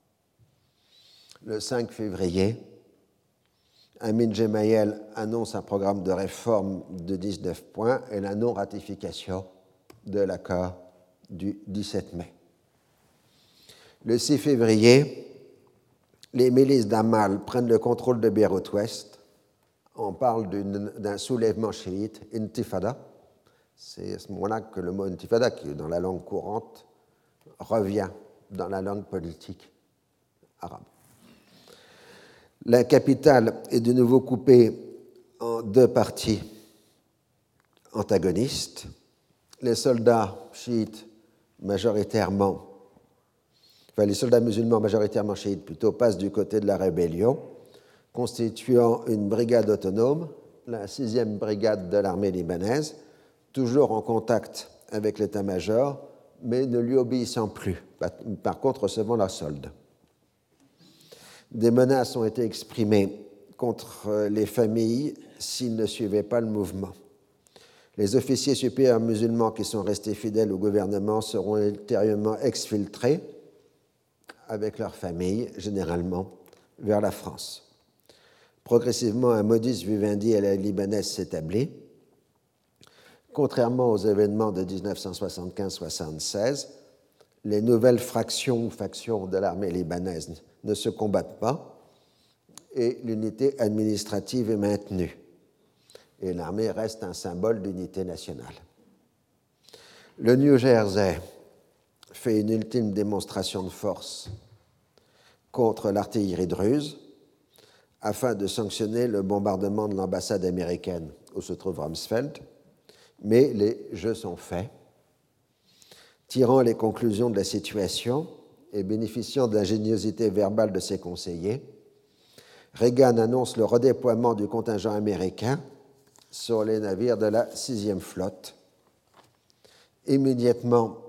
Le 5 février, Amin Gemayel annonce un programme de réforme de 19 points et la non-ratification de l'accord du 17 mai. Le 6 février, les milices d'Amal prennent le contrôle de Beyrouth-Ouest. On parle d'un soulèvement chiite, intifada, C'est à ce moment-là que le mot intifada, qui est dans la langue courante, revient dans la langue politique arabe. La capitale est de nouveau coupée en deux parties antagonistes. Les soldats chiites majoritairement, les soldats musulmans majoritairement chiites plutôt, passent du côté de la rébellion, constituant une brigade autonome, la 6e brigade de l'armée libanaise, toujours en contact avec l'état-major, mais ne lui obéissant plus, par contre recevant la solde. Des menaces ont été exprimées contre les familles s'ils ne suivaient pas le mouvement. Les officiers supérieurs musulmans qui sont restés fidèles au gouvernement seront ultérieurement exfiltrés avec leurs familles, généralement vers la France. Progressivement, un modus vivendi à la libanaise s'établit. Contrairement aux événements de 1975-76, les nouvelles fractions ou factions de l'armée libanaise ne se combattent pas et l'unité administrative est maintenue. Et l'armée reste un symbole d'unité nationale. Le New Jersey fait une ultime démonstration de force contre l'artillerie druze afin de sanctionner le bombardement de l'ambassade américaine où se trouve Rumsfeld, mais les jeux sont faits. Tirant les conclusions de la situation et bénéficiant de l'ingéniosité verbale de ses conseillers, Reagan annonce le redéploiement du contingent américain sur les navires de la 6e flotte. Immédiatement,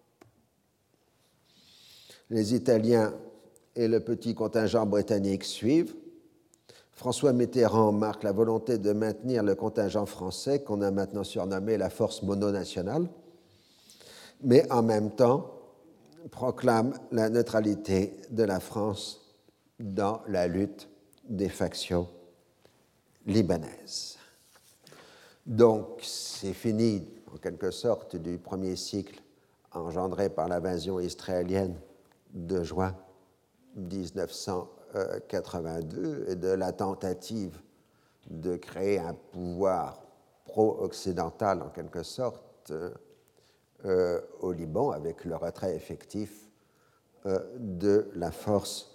les Italiens et le petit contingent britannique suivent. François Mitterrand marque la volonté de maintenir le contingent français, qu'on a maintenant surnommé la force mononationale, mais en même temps proclame la neutralité de la France dans la lutte des factions libanaises. Donc, c'est fini, en quelque sorte, du premier cycle engendré par l'invasion israélienne de juin 1982 et de la tentative de créer un pouvoir pro-occidental, en quelque sorte, au Liban, avec le retrait effectif de la force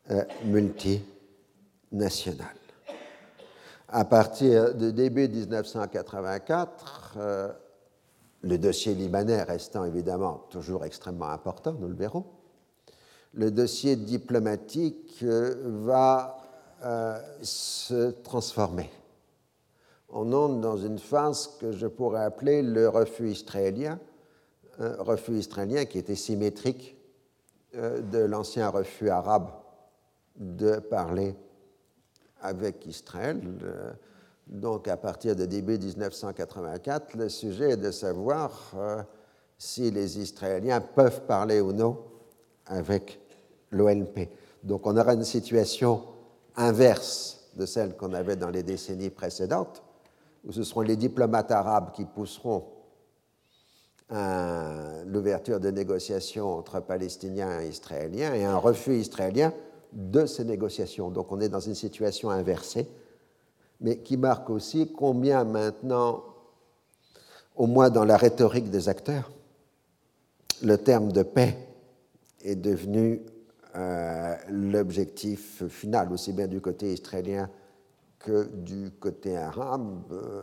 multinationale. À partir de début 1984, le dossier libanais restant évidemment toujours extrêmement important, nous le verrons, le dossier diplomatique va se transformer. On entre dans une phase que je pourrais appeler le refus israélien, un refus israélien qui était symétrique de l'ancien refus arabe de parler avec Israël. Donc, à partir de début 1984, le sujet est de savoir si les Israéliens peuvent parler ou non avec l'OLP. Donc, on aura une situation inverse de celle qu'on avait dans les décennies précédentes, où ce seront les diplomates arabes qui pousseront l'ouverture de négociations entre Palestiniens et Israéliens et un refus israélien de ces négociations. Donc on est dans une situation inversée, mais qui marque aussi combien maintenant, au moins dans la rhétorique des acteurs, le terme de paix est devenu l'objectif final, aussi bien du côté israélien que du côté arabe.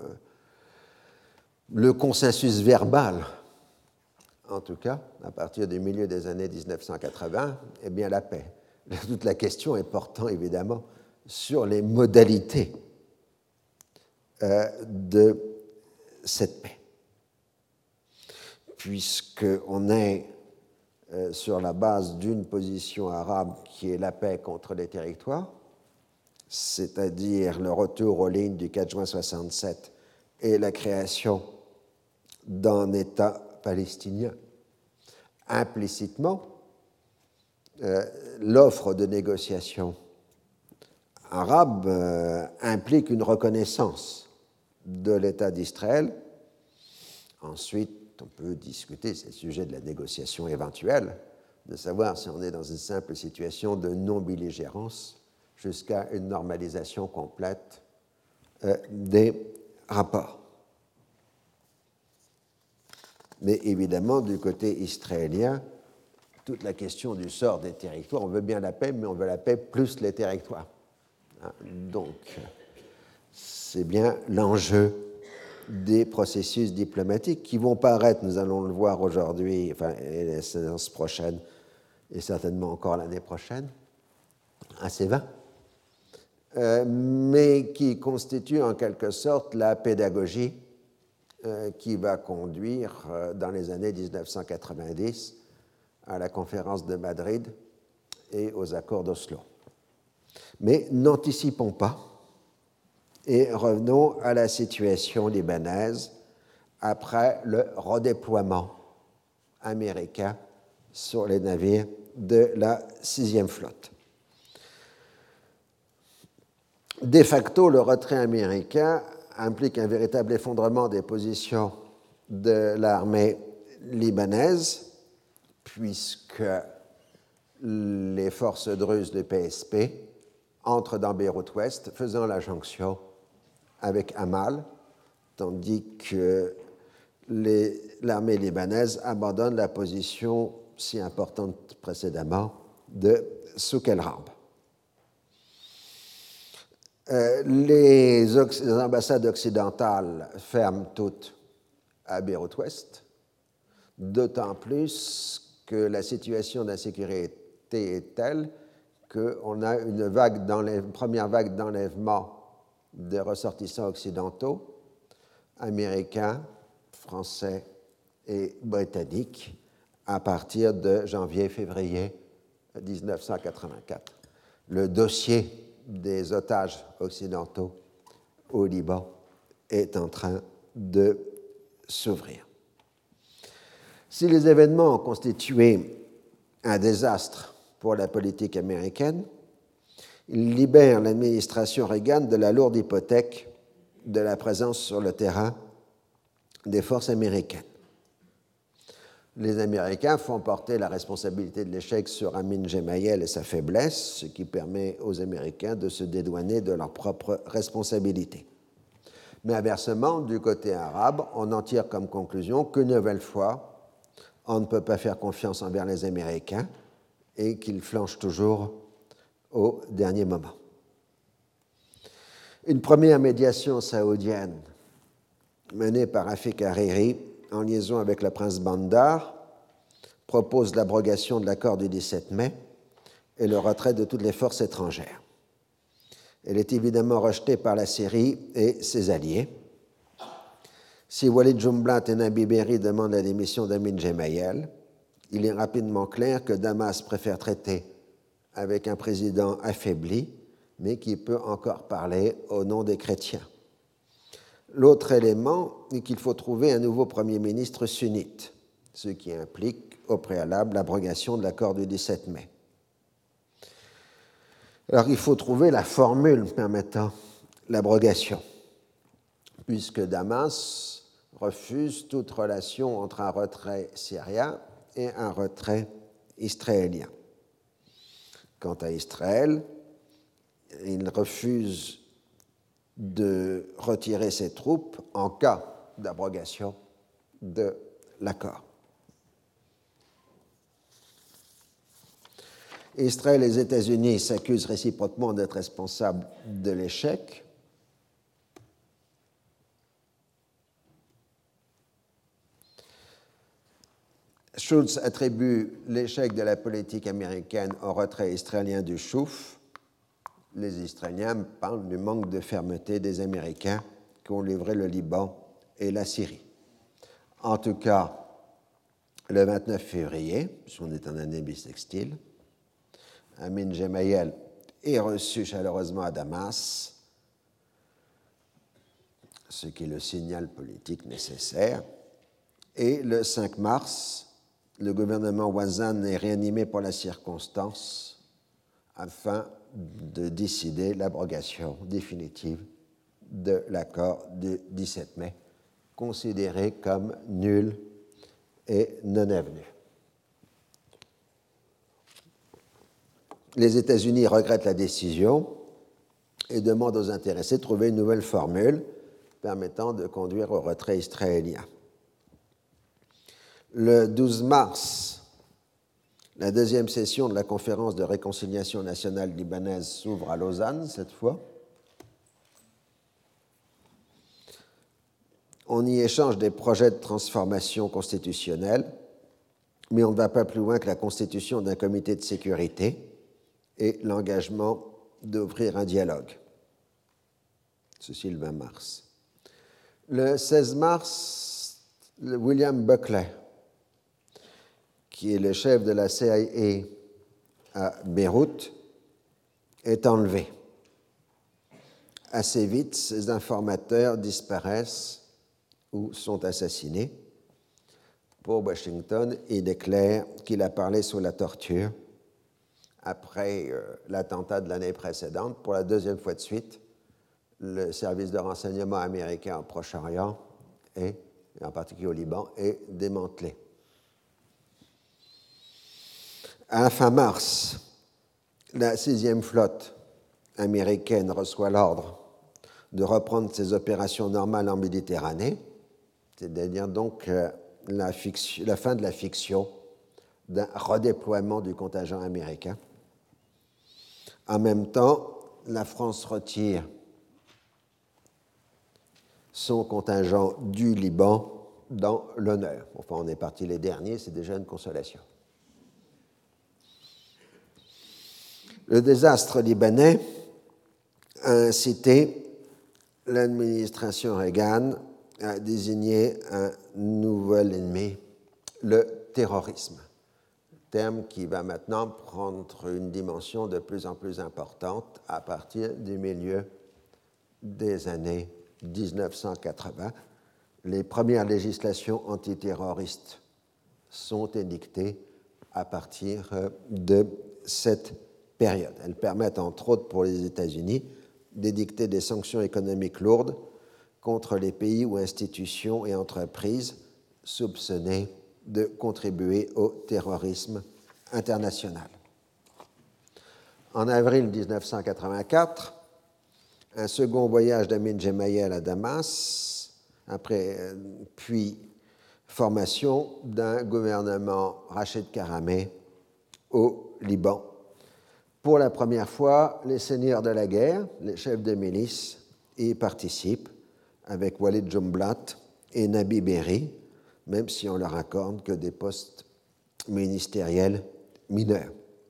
Le consensus verbal, en tout cas, à partir du milieu des années 1980, est bien la paix. Toute la question est portant évidemment sur les modalités de cette paix, puisqu'on est sur la base d'une position arabe qui est la paix contre les territoires, c'est-à-dire le retour aux lignes du 4 juin 1967 et la création d'un État palestinien. Implicitement, l'offre de négociation arabe implique une reconnaissance de l'État d'Israël. Ensuite, on peut discuter, c'est le sujet de la négociation éventuelle, de savoir si on est dans une simple situation de non-belligérance jusqu'à une normalisation complète des rapports. Mais évidemment, du côté israélien, toute la question du sort des territoires, on veut bien la paix, mais on veut la paix plus les territoires. Donc, c'est bien l'enjeu des processus diplomatiques qui vont paraître, nous allons le voir aujourd'hui, enfin, la séance prochaine et certainement encore l'année prochaine, assez vains, mais qui constituent en quelque sorte la pédagogie qui va conduire dans les années 1990 à la conférence de Madrid et aux accords d'Oslo. Mais n'anticipons pas et revenons à la situation libanaise après le redéploiement américain sur les navires de la 6e flotte. De facto, le retrait américain implique un véritable effondrement des positions de l'armée libanaise, puisque les forces druzes du PSP entrent dans Beyrouth-Ouest, faisant la jonction avec Amal, tandis que l'armée libanaise abandonne la position si importante précédemment de Souk el-Rab. Les ambassades occidentales ferment toutes à Beyrouth-Ouest, d'autant plus que la situation d'insécurité est telle qu'on a une première vague d'enlèvement de ressortissants occidentaux, américains, français et britanniques, à partir de janvier-février 1984. Le dossier des otages occidentaux au Liban est en train de s'ouvrir. Si les événements ont constitué un désastre pour la politique américaine, ils libèrent l'administration Reagan de la lourde hypothèque de la présence sur le terrain des forces américaines. Les Américains font porter la responsabilité de l'échec sur Amin Gemayel et sa faiblesse, ce qui permet aux Américains de se dédouaner de leur propre responsabilité. Mais inversement, du côté arabe, on en tire comme conclusion qu'une nouvelle fois, on ne peut pas faire confiance envers les Américains et qu'ils flanchent toujours au dernier moment. Une première médiation saoudienne menée par Rafik Hariri en liaison avec le prince Bandar, propose l'abrogation de l'accord du 17 mai et le retrait de toutes les forces étrangères. Elle est évidemment rejetée par la Syrie et ses alliés. Si Walid Jumblat et Nabi Berri demandent la démission d'Amin Gemayel, il est rapidement clair que Damas préfère traiter avec un président affaibli, mais qui peut encore parler au nom des chrétiens. L'autre élément est qu'il faut trouver un nouveau Premier ministre sunnite, ce qui implique au préalable l'abrogation de l'accord du 17 mai. Alors il faut trouver la formule permettant l'abrogation, puisque Damas refuse toute relation entre un retrait syrien et un retrait israélien. Quant à Israël, il refuse de retirer ses troupes en cas d'abrogation de l'accord. Israël et les États-Unis s'accusent réciproquement d'être responsables de l'échec. Schultz attribue l'échec de la politique américaine au retrait israélien du Chouf. Les Israéliens parlent du manque de fermeté des Américains qui ont livré le Liban et la Syrie. En tout cas, le 29 février, puisqu'on est en année bissextile, Amin Gemayel est reçu chaleureusement à Damas, ce qui est le signal politique nécessaire. Et le 5 mars, le gouvernement Ouazan est réanimé pour la circonstance afin de décider l'abrogation définitive de l'accord du 17 mai, considéré comme nul et non avenu. Les États-Unis regrettent la décision et demandent aux intéressés de trouver une nouvelle formule permettant de conduire au retrait israélien. Le 12 mars, la deuxième session de la conférence de réconciliation nationale libanaise s'ouvre à Lausanne, cette fois. On y échange des projets de transformation constitutionnelle, mais on ne va pas plus loin que la constitution d'un comité de sécurité et l'engagement d'ouvrir un dialogue. Ceci le 20 mars. Le 16 mars, William Buckley, qui est le chef de la CIA à Beyrouth, est enlevé. Assez vite, ses informateurs disparaissent ou sont assassinés. Pour Washington, il déclare qu'il a parlé sous la torture après l'attentat de l'année précédente. Pour la deuxième fois de suite, le service de renseignement américain au Proche-Orient, et en particulier au Liban, est démantelé. À la fin mars, la 6e flotte américaine reçoit l'ordre de reprendre ses opérations normales en Méditerranée, c'est-à-dire donc la fin de la fiction d'un redéploiement du contingent américain. En même temps, la France retire son contingent du Liban dans l'honneur. Enfin, on est parti les derniers, c'est déjà une consolation. Le désastre libanais a incité l'administration Reagan à désigner un nouvel ennemi, le terrorisme, terme qui va maintenant prendre une dimension de plus en plus importante à partir du milieu des années 1980. Les premières législations antiterroristes sont édictées à partir de cette période. Elles permettent, entre autres pour les États-Unis, d'édicter des sanctions économiques lourdes contre les pays ou institutions et entreprises soupçonnées de contribuer au terrorisme international. En avril 1984, un second voyage d'Amin Gemayel à Damas, puis formation d'un gouvernement Rachid Karameh au Liban. Pour la première fois, les seigneurs de la guerre, les chefs de milice, y participent avec Walid Jumblat et Nabi Berri, même si on leur accorde que des postes ministériels mineurs.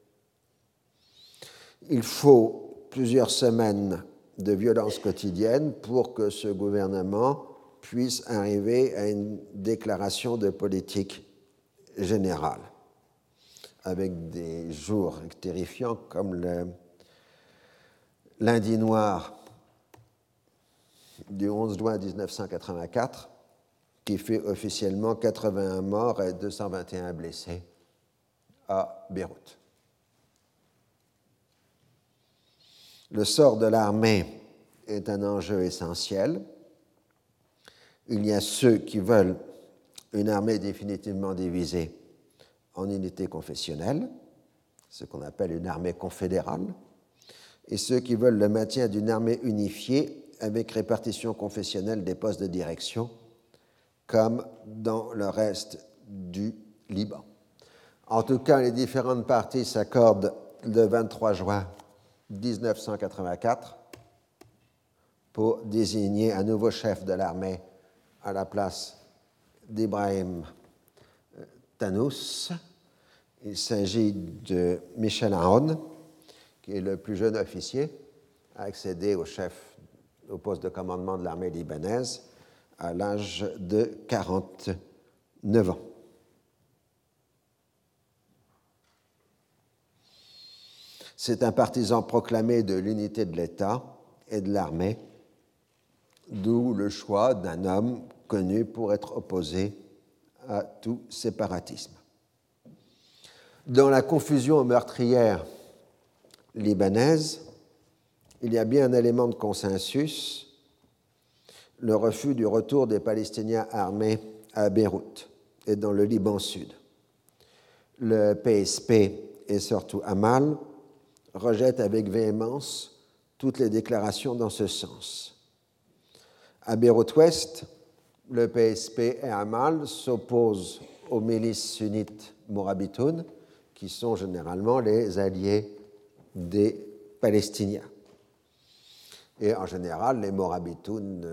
Il faut plusieurs semaines de violences quotidiennes pour que ce gouvernement puisse arriver à une déclaration de politique générale, avec des jours terrifiants comme le lundi noir du 11 juin 1984, qui fait officiellement 81 morts et 221 blessés à Beyrouth. Le sort de l'armée est un enjeu essentiel. Il y a ceux qui veulent une armée définitivement divisée en unités confessionnelles, ce qu'on appelle une armée confédérale, et ceux qui veulent le maintien d'une armée unifiée avec répartition confessionnelle des postes de direction, comme dans le reste du Liban. En tout cas, les différentes parties s'accordent le 23 juin 1984 pour désigner un nouveau chef de l'armée à la place d'Ibrahim Tannous. Il s'agit de Michel Aoun, qui est le plus jeune officier à accéder au poste de commandement de l'armée libanaise à l'âge de 49 ans. C'est un partisan proclamé de l'unité de l'État et de l'armée, d'où le choix d'un homme connu pour être opposé à tout séparatisme. Dans la confusion meurtrière libanaise, il y a bien un élément de consensus, le refus du retour des Palestiniens armés à Beyrouth et dans le Liban Sud. Le PSP et surtout Amal rejettent avec véhémence toutes les déclarations dans ce sens. À Beyrouth Ouest, le PSP et Amal s'opposent aux milices sunnites morabitoun, qui sont généralement les alliés des Palestiniens. Et en général, les morabitoun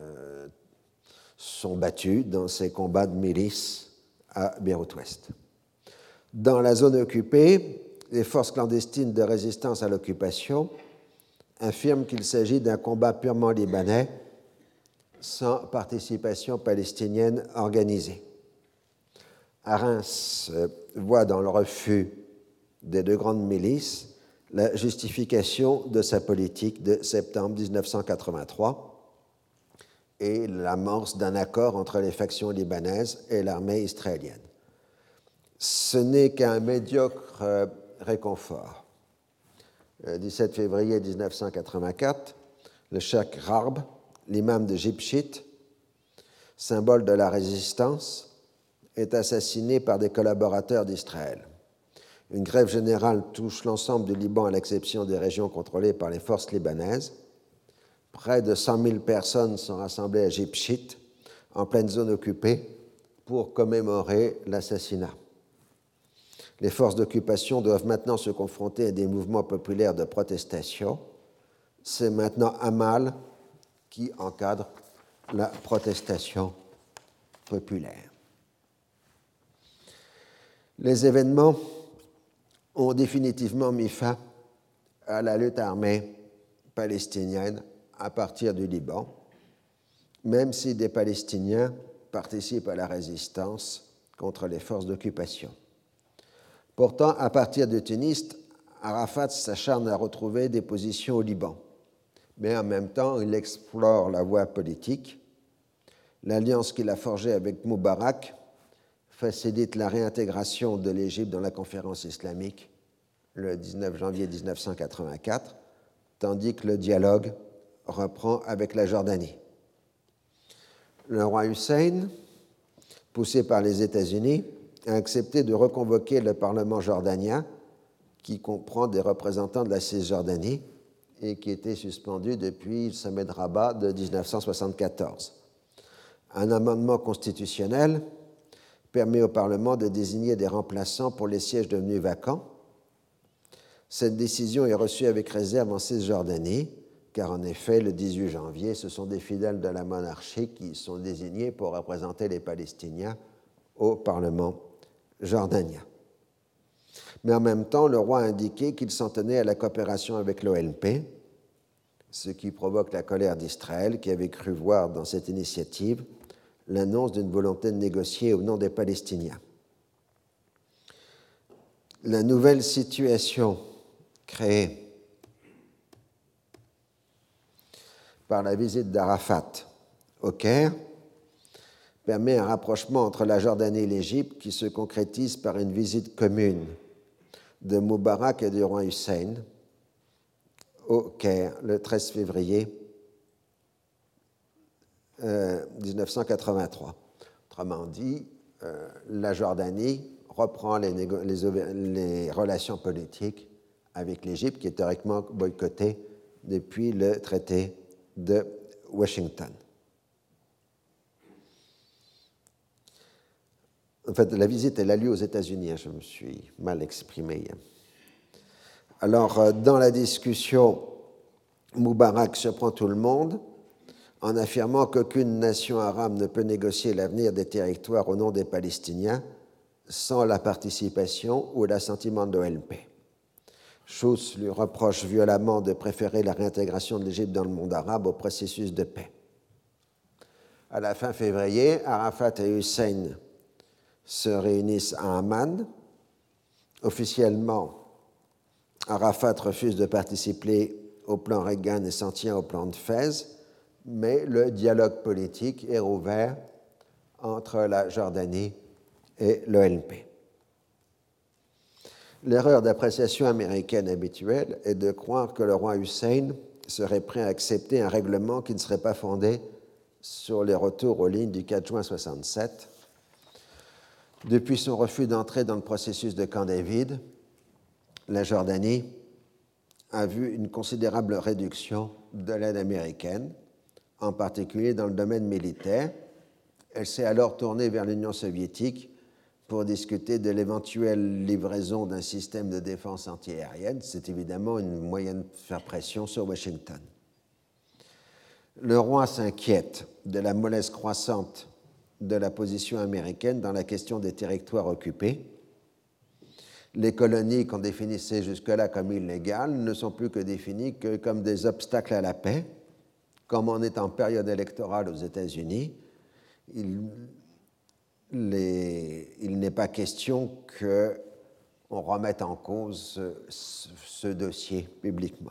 sont battus dans ces combats de milices à Beyrouth-Ouest. Dans la zone occupée, les forces clandestines de résistance à l'occupation affirment qu'il s'agit d'un combat purement libanais, sans participation palestinienne organisée. Arens voit dans le refus des deux grandes milices la justification de sa politique de septembre 1983 et l'amorce d'un accord entre les factions libanaises et l'armée israélienne. Ce n'est qu'un médiocre réconfort. Le 17 février 1984, le cheikh Rarb, l'imam de Jibchit, symbole de la résistance, est assassiné par des collaborateurs d'Israël. Une grève générale touche l'ensemble du Liban à l'exception des régions contrôlées par les forces libanaises. Près de 100 000 personnes sont rassemblées à Jibchit, en pleine zone occupée, pour commémorer l'assassinat. Les forces d'occupation doivent maintenant se confronter à des mouvements populaires de protestation. C'est maintenant Amal qui encadre la protestation populaire. Les événements ont définitivement mis fin à la lutte armée palestinienne à partir du Liban, même si des Palestiniens participent à la résistance contre les forces d'occupation. Pourtant, à partir de Tunis, Arafat s'acharne à retrouver des positions au Liban. Mais en même temps, il explore la voie politique. L'alliance qu'il a forgée avec Moubarak facilite la réintégration de l'Égypte dans la conférence islamique le 19 janvier 1984, tandis que le dialogue reprend avec la Jordanie. Le roi Hussein, poussé par les États-Unis, a accepté de reconvoquer le Parlement jordanien, qui comprend des représentants de la Cisjordanie et qui était suspendu depuis le sommet de Rabat de 1974. Un amendement constitutionnel permet au Parlement de désigner des remplaçants pour les sièges devenus vacants. Cette décision est reçue avec réserve en Cisjordanie, car en effet, le 18 janvier, ce sont des fidèles de la monarchie qui sont désignés pour représenter les Palestiniens au Parlement jordanien. Mais en même temps, le roi a indiqué qu'il s'en tenait à la coopération avec l'OLP, ce qui provoque la colère d'Israël, qui avait cru voir dans cette initiative l'annonce d'une volonté de négocier au nom des Palestiniens. La nouvelle situation créée par la visite d'Arafat au Caire permet un rapprochement entre la Jordanie et l'Égypte qui se concrétise par une visite commune de Moubarak et du roi Hussein au Caire le 13 février 1983. Autrement dit, la Jordanie reprend les relations politiques avec l'Égypte, qui est théoriquement boycottée depuis le traité de Washington. En fait, la visite, elle a lieu aux États-Unis, je me suis mal exprimé. Alors, dans la discussion, Moubarak surprend tout le monde en affirmant qu'aucune nation arabe ne peut négocier l'avenir des territoires au nom des Palestiniens sans la participation ou l'assentiment de l'OLP. Schutz lui reproche violemment de préférer la réintégration de l'Égypte dans le monde arabe au processus de paix. À la fin février, Arafat et Hussein se réunissent à Amman. Officiellement, Arafat refuse de participer au plan Reagan et s'en tient au plan de Fès, mais le dialogue politique est rouvert entre la Jordanie et l'OLP. L'erreur d'appréciation américaine habituelle est de croire que le roi Hussein serait prêt à accepter un règlement qui ne serait pas fondé sur les retours aux lignes du 4 juin 1967. Depuis son refus d'entrer dans le processus de Camp David, la Jordanie a vu une considérable réduction de l'aide américaine, en particulier dans le domaine militaire. Elle s'est alors tournée vers l'Union soviétique pour discuter de l'éventuelle livraison d'un système de défense antiaérienne. C'est évidemment une moyen de faire pression sur Washington. Le roi s'inquiète de la mollesse croissante de la position américaine dans la question des territoires occupés. Les colonies qu'on définissait jusque-là comme illégales ne sont plus que définies que comme des obstacles à la paix. Comme on est en période électorale aux États-Unis, il n'est pas question qu'on remette en cause ce dossier publiquement.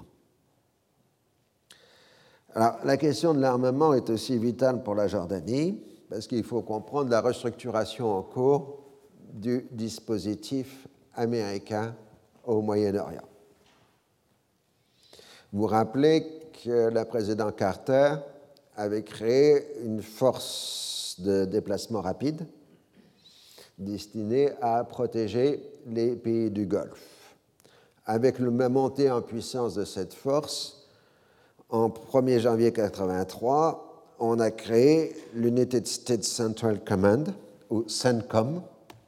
Alors, la question de l'armement est aussi vitale pour la Jordanie, parce qu'il faut comprendre la restructuration en cours du dispositif américain au Moyen-Orient. Vous vous rappelez que le président Carter avait créé une force de déplacement rapide destinée à protéger les pays du Golfe. Avec la montée en puissance de cette force, en 1er janvier 1983, on a créé l'United States Central Command, ou CENTCOM,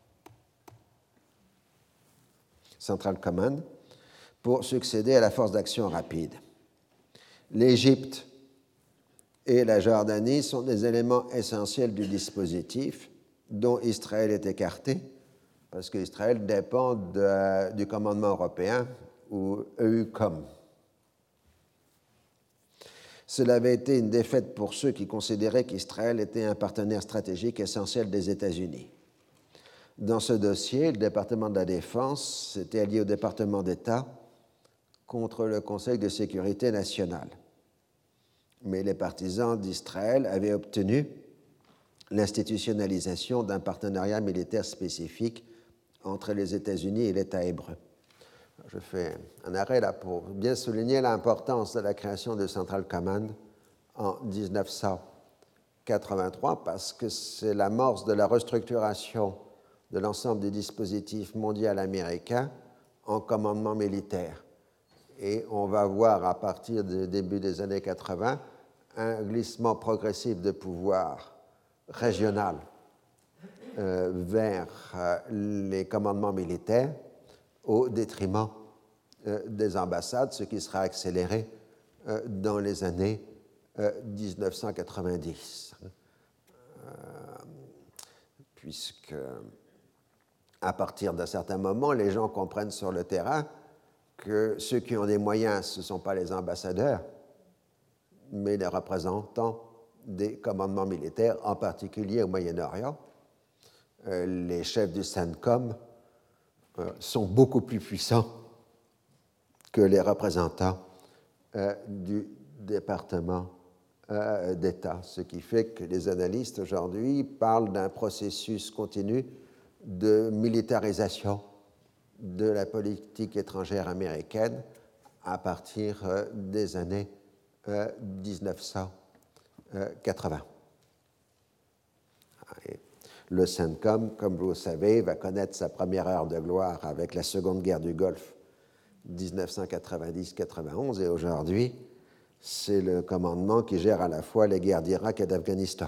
Central Command, pour succéder à la force d'action rapide. L'Égypte et la Jordanie sont des éléments essentiels du dispositif dont Israël est écarté, parce qu'Israël dépend du commandement européen, ou EUCOM. Cela avait été une défaite pour ceux qui considéraient qu'Israël était un partenaire stratégique essentiel des États-Unis. Dans ce dossier, le département de la Défense s'était allié au département d'État contre le Conseil de sécurité nationale. Mais les partisans d'Israël avaient obtenu l'institutionnalisation d'un partenariat militaire spécifique entre les États-Unis et l'État hébreu. Je fais un arrêt là pour bien souligner l'importance de la création de Central Command en 1983, parce que c'est l'amorce de la restructuration de l'ensemble du dispositif mondial américain en commandement militaire. Et on va voir à partir du début des années 80 un glissement progressif de pouvoir régional vers les commandements militaires au détriment des ambassades, ce qui sera accéléré dans les années 1990. Puisque, à partir d'un certain moment, les gens comprennent sur le terrain que ceux qui ont des moyens, ce ne sont pas les ambassadeurs, mais les représentants des commandements militaires, en particulier au Moyen-Orient. Les chefs du CENTCOM sont beaucoup plus puissants que les représentants du département d'État, ce qui fait que les analystes aujourd'hui parlent d'un processus continu de militarisation de la politique étrangère américaine à partir des années 1980. Et le CENTCOM, comme vous le savez, va connaître sa première heure de gloire avec la Seconde Guerre du Golfe 1990-91, et aujourd'hui, c'est le commandement qui gère à la fois les guerres d'Irak et d'Afghanistan.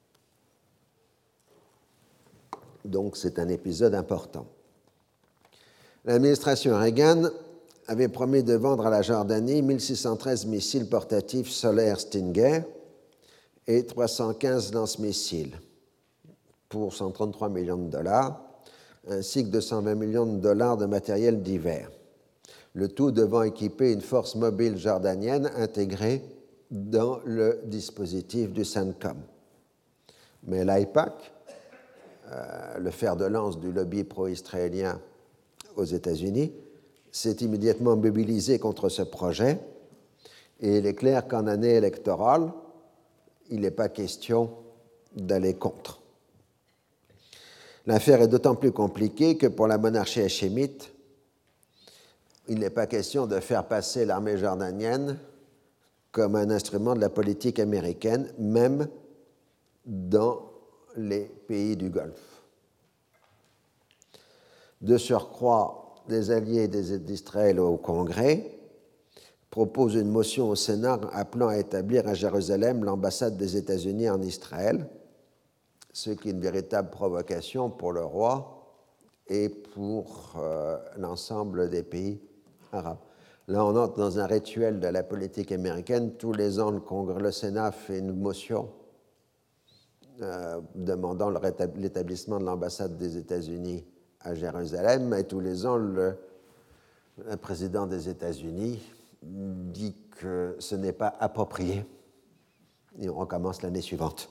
Donc c'est un épisode important. L'administration Reagan avait promis de vendre à la Jordanie 1613 missiles portatifs solaires Stinger et 315 lance-missiles pour 133 millions de dollars, ainsi que 220 millions de dollars de matériel divers. Le tout devant équiper une force mobile jordanienne intégrée dans le dispositif du CENTCOM. Mais l'AIPAC, le fer de lance du lobby pro-israélien aux États-Unis, s'est immédiatement mobilisé contre ce projet, et il est clair qu'en année électorale, il n'est pas question d'aller contre. L'affaire est d'autant plus compliquée que pour la monarchie hachémite, il n'est pas question de faire passer l'armée jordanienne comme un instrument de la politique américaine, même dans les pays du Golfe. De surcroît, les alliés d'Israël au Congrès proposent une motion au Sénat appelant à établir à Jérusalem l'ambassade des États-Unis en Israël, ce qui est une véritable provocation pour le roi, et pour l'ensemble des pays arabes. Là, on entre dans un rituel de la politique américaine. Tous les ans, le Sénat fait une motion demandant l'établissement de l'ambassade des États-Unis à Jérusalem, et tous les ans, le président des États-Unis dit que ce n'est pas approprié, et on recommence l'année suivante.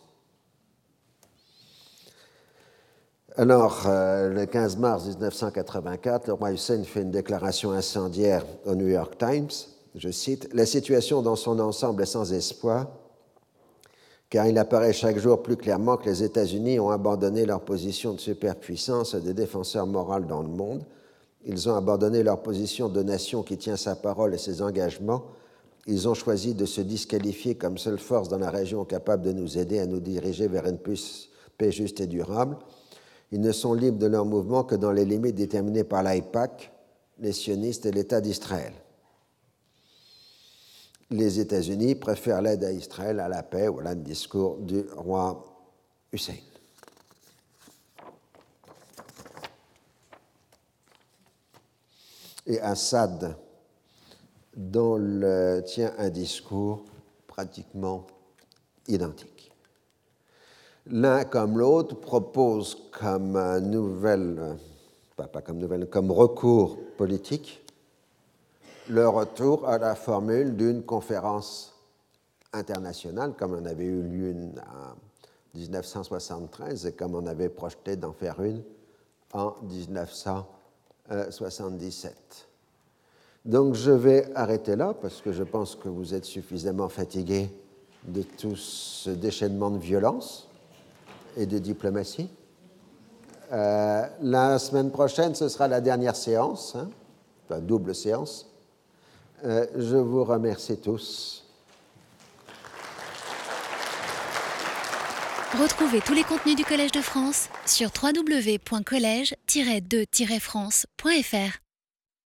Alors, le 15 mars 1984, le roi Hussein fait une déclaration incendiaire au New York Times. Je cite, « La situation dans son ensemble est sans espoir, car il apparaît chaque jour plus clairement que les États-Unis ont abandonné leur position de superpuissance et de défenseur moral dans le monde. Ils ont abandonné leur position de nation qui tient sa parole et ses engagements. Ils ont choisi de se disqualifier comme seule force dans la région capable de nous aider à nous diriger vers une paix juste et durable. Ils ne sont libres de leur mouvement que dans les limites déterminées par l'AIPAC, les sionistes et l'État d'Israël. Les États-Unis préfèrent l'aide à Israël à la paix. » Voilà le discours du roi Hussein. Et Assad tient un discours pratiquement identique. L'un comme l'autre propose comme comme recours politique le retour à la formule d'une conférence internationale, comme on avait eu lieu en 1973 et comme on avait projeté d'en faire une en 1977. Donc je vais arrêter là parce que je pense que vous êtes suffisamment fatigués de tout ce déchaînement de violence et de diplomatie. La semaine prochaine, ce sera la dernière séance, enfin double séance. Je vous remercie tous. Retrouvez tous les contenus du Collège de France sur www.collège-2-france.fr.